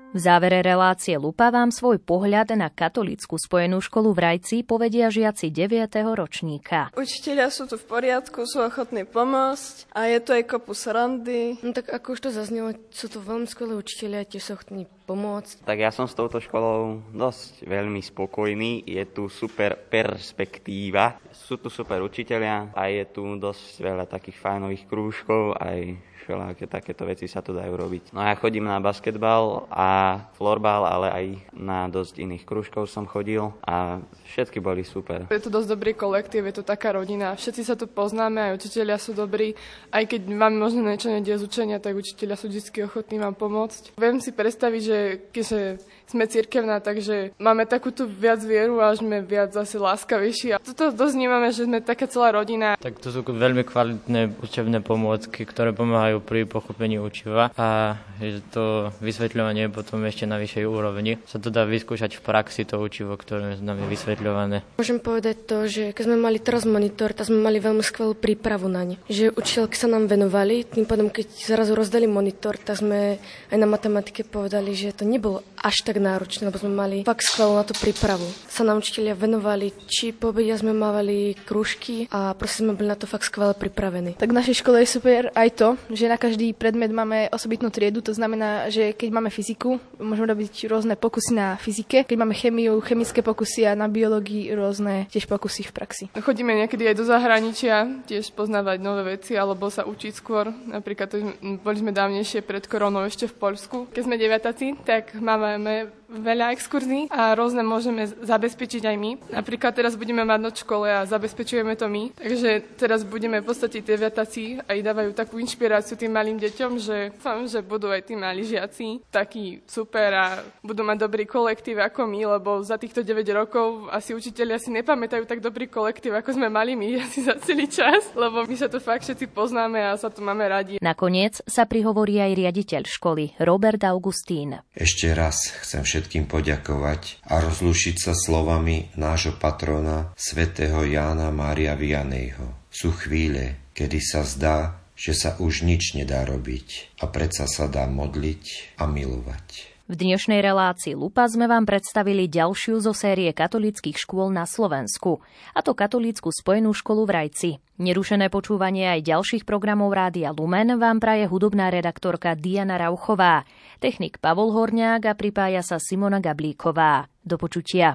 V závere relácie Lupa vám svoj pohľad na katolícku spojenú školu v Rajci povedia žiaci deviateho ročníka. Učitelia sú tu v poriadku, sú ochotní pomôcť a je tu aj kopu srandy. No tak ako už to zaznelo, sú to veľmi skvelé učitelia, tiež sú ochotní pomôcť. Tak ja som s touto školou dosť veľmi spokojný, je tu super perspektíva, sú tu super učitelia a je tu dosť veľa takých fajnových krúžkov, aj všelijaké takéto veci sa tu dajú robiť. No ja chodím na basketbal a florbal, ale aj na dosť iných krúžkov som chodil a všetky boli super. Je to dosť dobrý kolektív, je to taká rodina. Všetci sa tu poznáme, aj učitelia sú dobrí. Aj keď vám možno niečo nedie z učenia, tak učitelia sú vždy ochotní vám pomôcť. Viem si predstaviť, že keďže sme cirkevná, takže máme takúto viac vieru a sme viac zase láskavejší. A toto dosť vnímame, že sme taká celá rodina. Tak to sú veľmi kvalitné učebné pomôcky, ktoré pomáhajú pri pochopení učiva a že to vysvetľovanie potom ešte na vyššej úrovni sa to dá vyskúšať v praxi, to učivo, ktoré nám je vysvetľované. Môžem povedať to, že keď sme mali teraz monitor, tak sme mali veľmi skvelú prípravu na ne. Že učiteľky sa nám venovali, tým pádom keď zrazu rozdali monitor, tak sme aj na matematike povedali, že to nebolo až tak náročné, lebo sme mali fakt skvelú na tú prípravu. Sa nám učitelia venovali, či po obede sme mávali krúžky a proste sme boli na to fakt skvelé pripravení. Tak v našej škole je super aj to, že na každý predmet máme osobitnú triedu, to znamená, že keď máme fyziku, môžeme robiť rôzne pokusy na fyzike, keď máme chemiu, chemické pokusy a na biológii rôzne tiež pokusy v praxi. Chodíme niekedy aj do zahraničia, tiež poznávať nové veci alebo sa učiť skôr. Napríklad boli sme dávnejšie pred koronou ešte v Poľsku. Keď sme deviatáci, tak máme veľa exkurzí a rôzne môžeme zabezpečiť aj my. Napríklad teraz budeme mať noc v škole a zabezpečujeme to my. Takže teraz budeme v podstate deviatáci a i dávajú takú inšpiráciu tým malým deťom, že dúfam, že budú aj tí mali žiaci takí super a budú mať dobrý kolektív ako my, lebo za týchto deväť rokov asi učitelia si nepamätajú tak dobrý kolektív, ako sme mali my asi za celý čas, lebo my sa tu fakt všetci poznáme a sa tu máme radi. Nakoniec sa prihovorí aj riaditeľ školy Robert Augustín. Ešte raz chcem všetkým poďakovať a rozlúčiť sa slovami nášho patrona svätého Jána Mária Vianneyho. Sú chvíle, kedy sa zdá, že sa už nič nedá robiť a predsa sa dá modliť a milovať. V dnešnej relácii Lupa sme vám predstavili ďalšiu zo série katolíckych škôl na Slovensku, a to katolícku spojenú školu v Rajci. Nerušené počúvanie aj ďalších programov Rádia Lumen vám praje hudobná redaktorka Diana Rauchová, technik Pavol Horňák a pripája sa Simona Gablíková. Do počutia.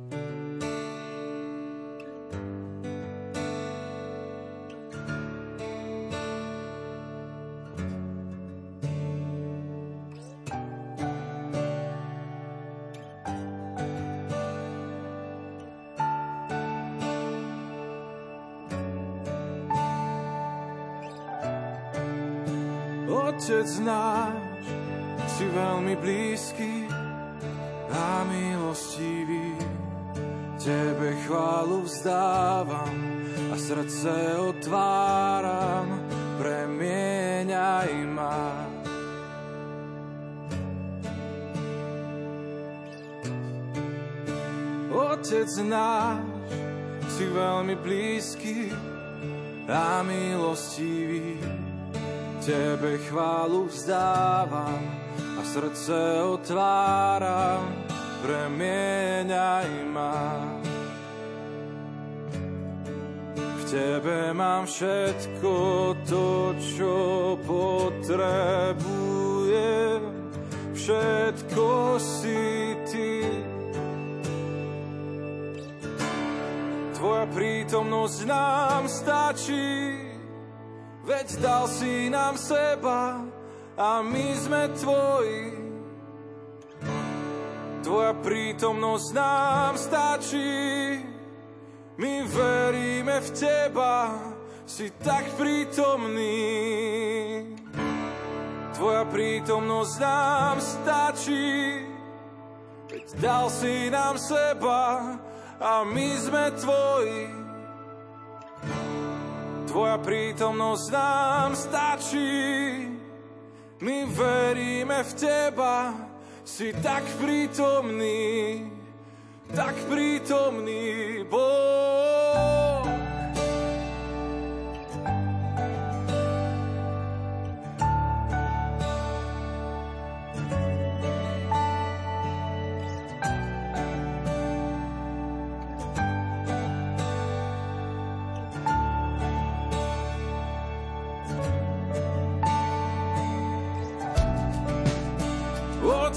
Otec náš, si veľmi blízky a milostivý. Tebe chválu vzdávam a srdce otváram, premieňaj ma. Otec náš, si veľmi blízky a milostivý. Tebe chválu vzdávam a srdce otváram, premieňaj ma. V Tebe mám všetko to, čo potrebujem, všetko si Ty. Tvoja prítomnosť nám stačí, veď dal si nám seba a my sme Tvoji. Tvoja prítomnosť nám stačí, my veríme v Teba, si tak prítomný. Tvoja prítomnosť nám stačí, veď dal si nám seba a my sme Tvoji. Tvoja prítomnosť nám stačí, my veríme v Teba, si tak prítomný, tak prítomný Boh.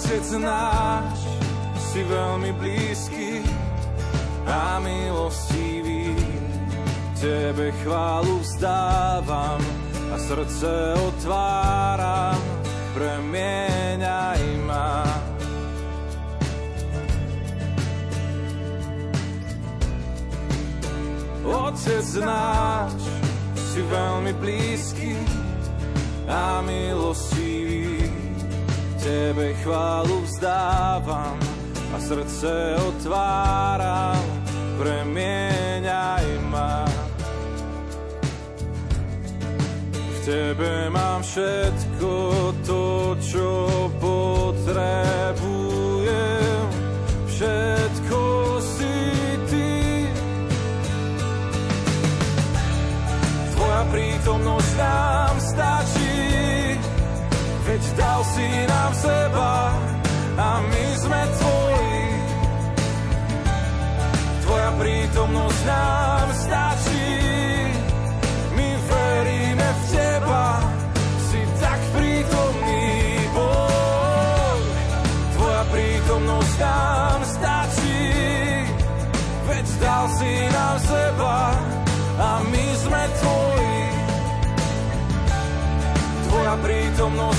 Otec náš, si veľmi blízky a milostivý. Tebe chválu vzdávam a srdce otváram, premieňaj ma. Otec náš, si veľmi blízky a milostivý. Tebe chválu vzdávam a srdce otváram, premieňaj ma. V tebe mám všetko to, čo potrebujem. Všetko si ty. Tvoja prítomnosť nám stačí, veď dal si nám seba a my sme tvoji. Tvoja prítomnosť nám stačí, my veríme v teba, si tak prítomný Boh. Tvoja prítomnosť nám stačí, veď dal si nám seba a my sme tvoji. Tvoja prítomnosť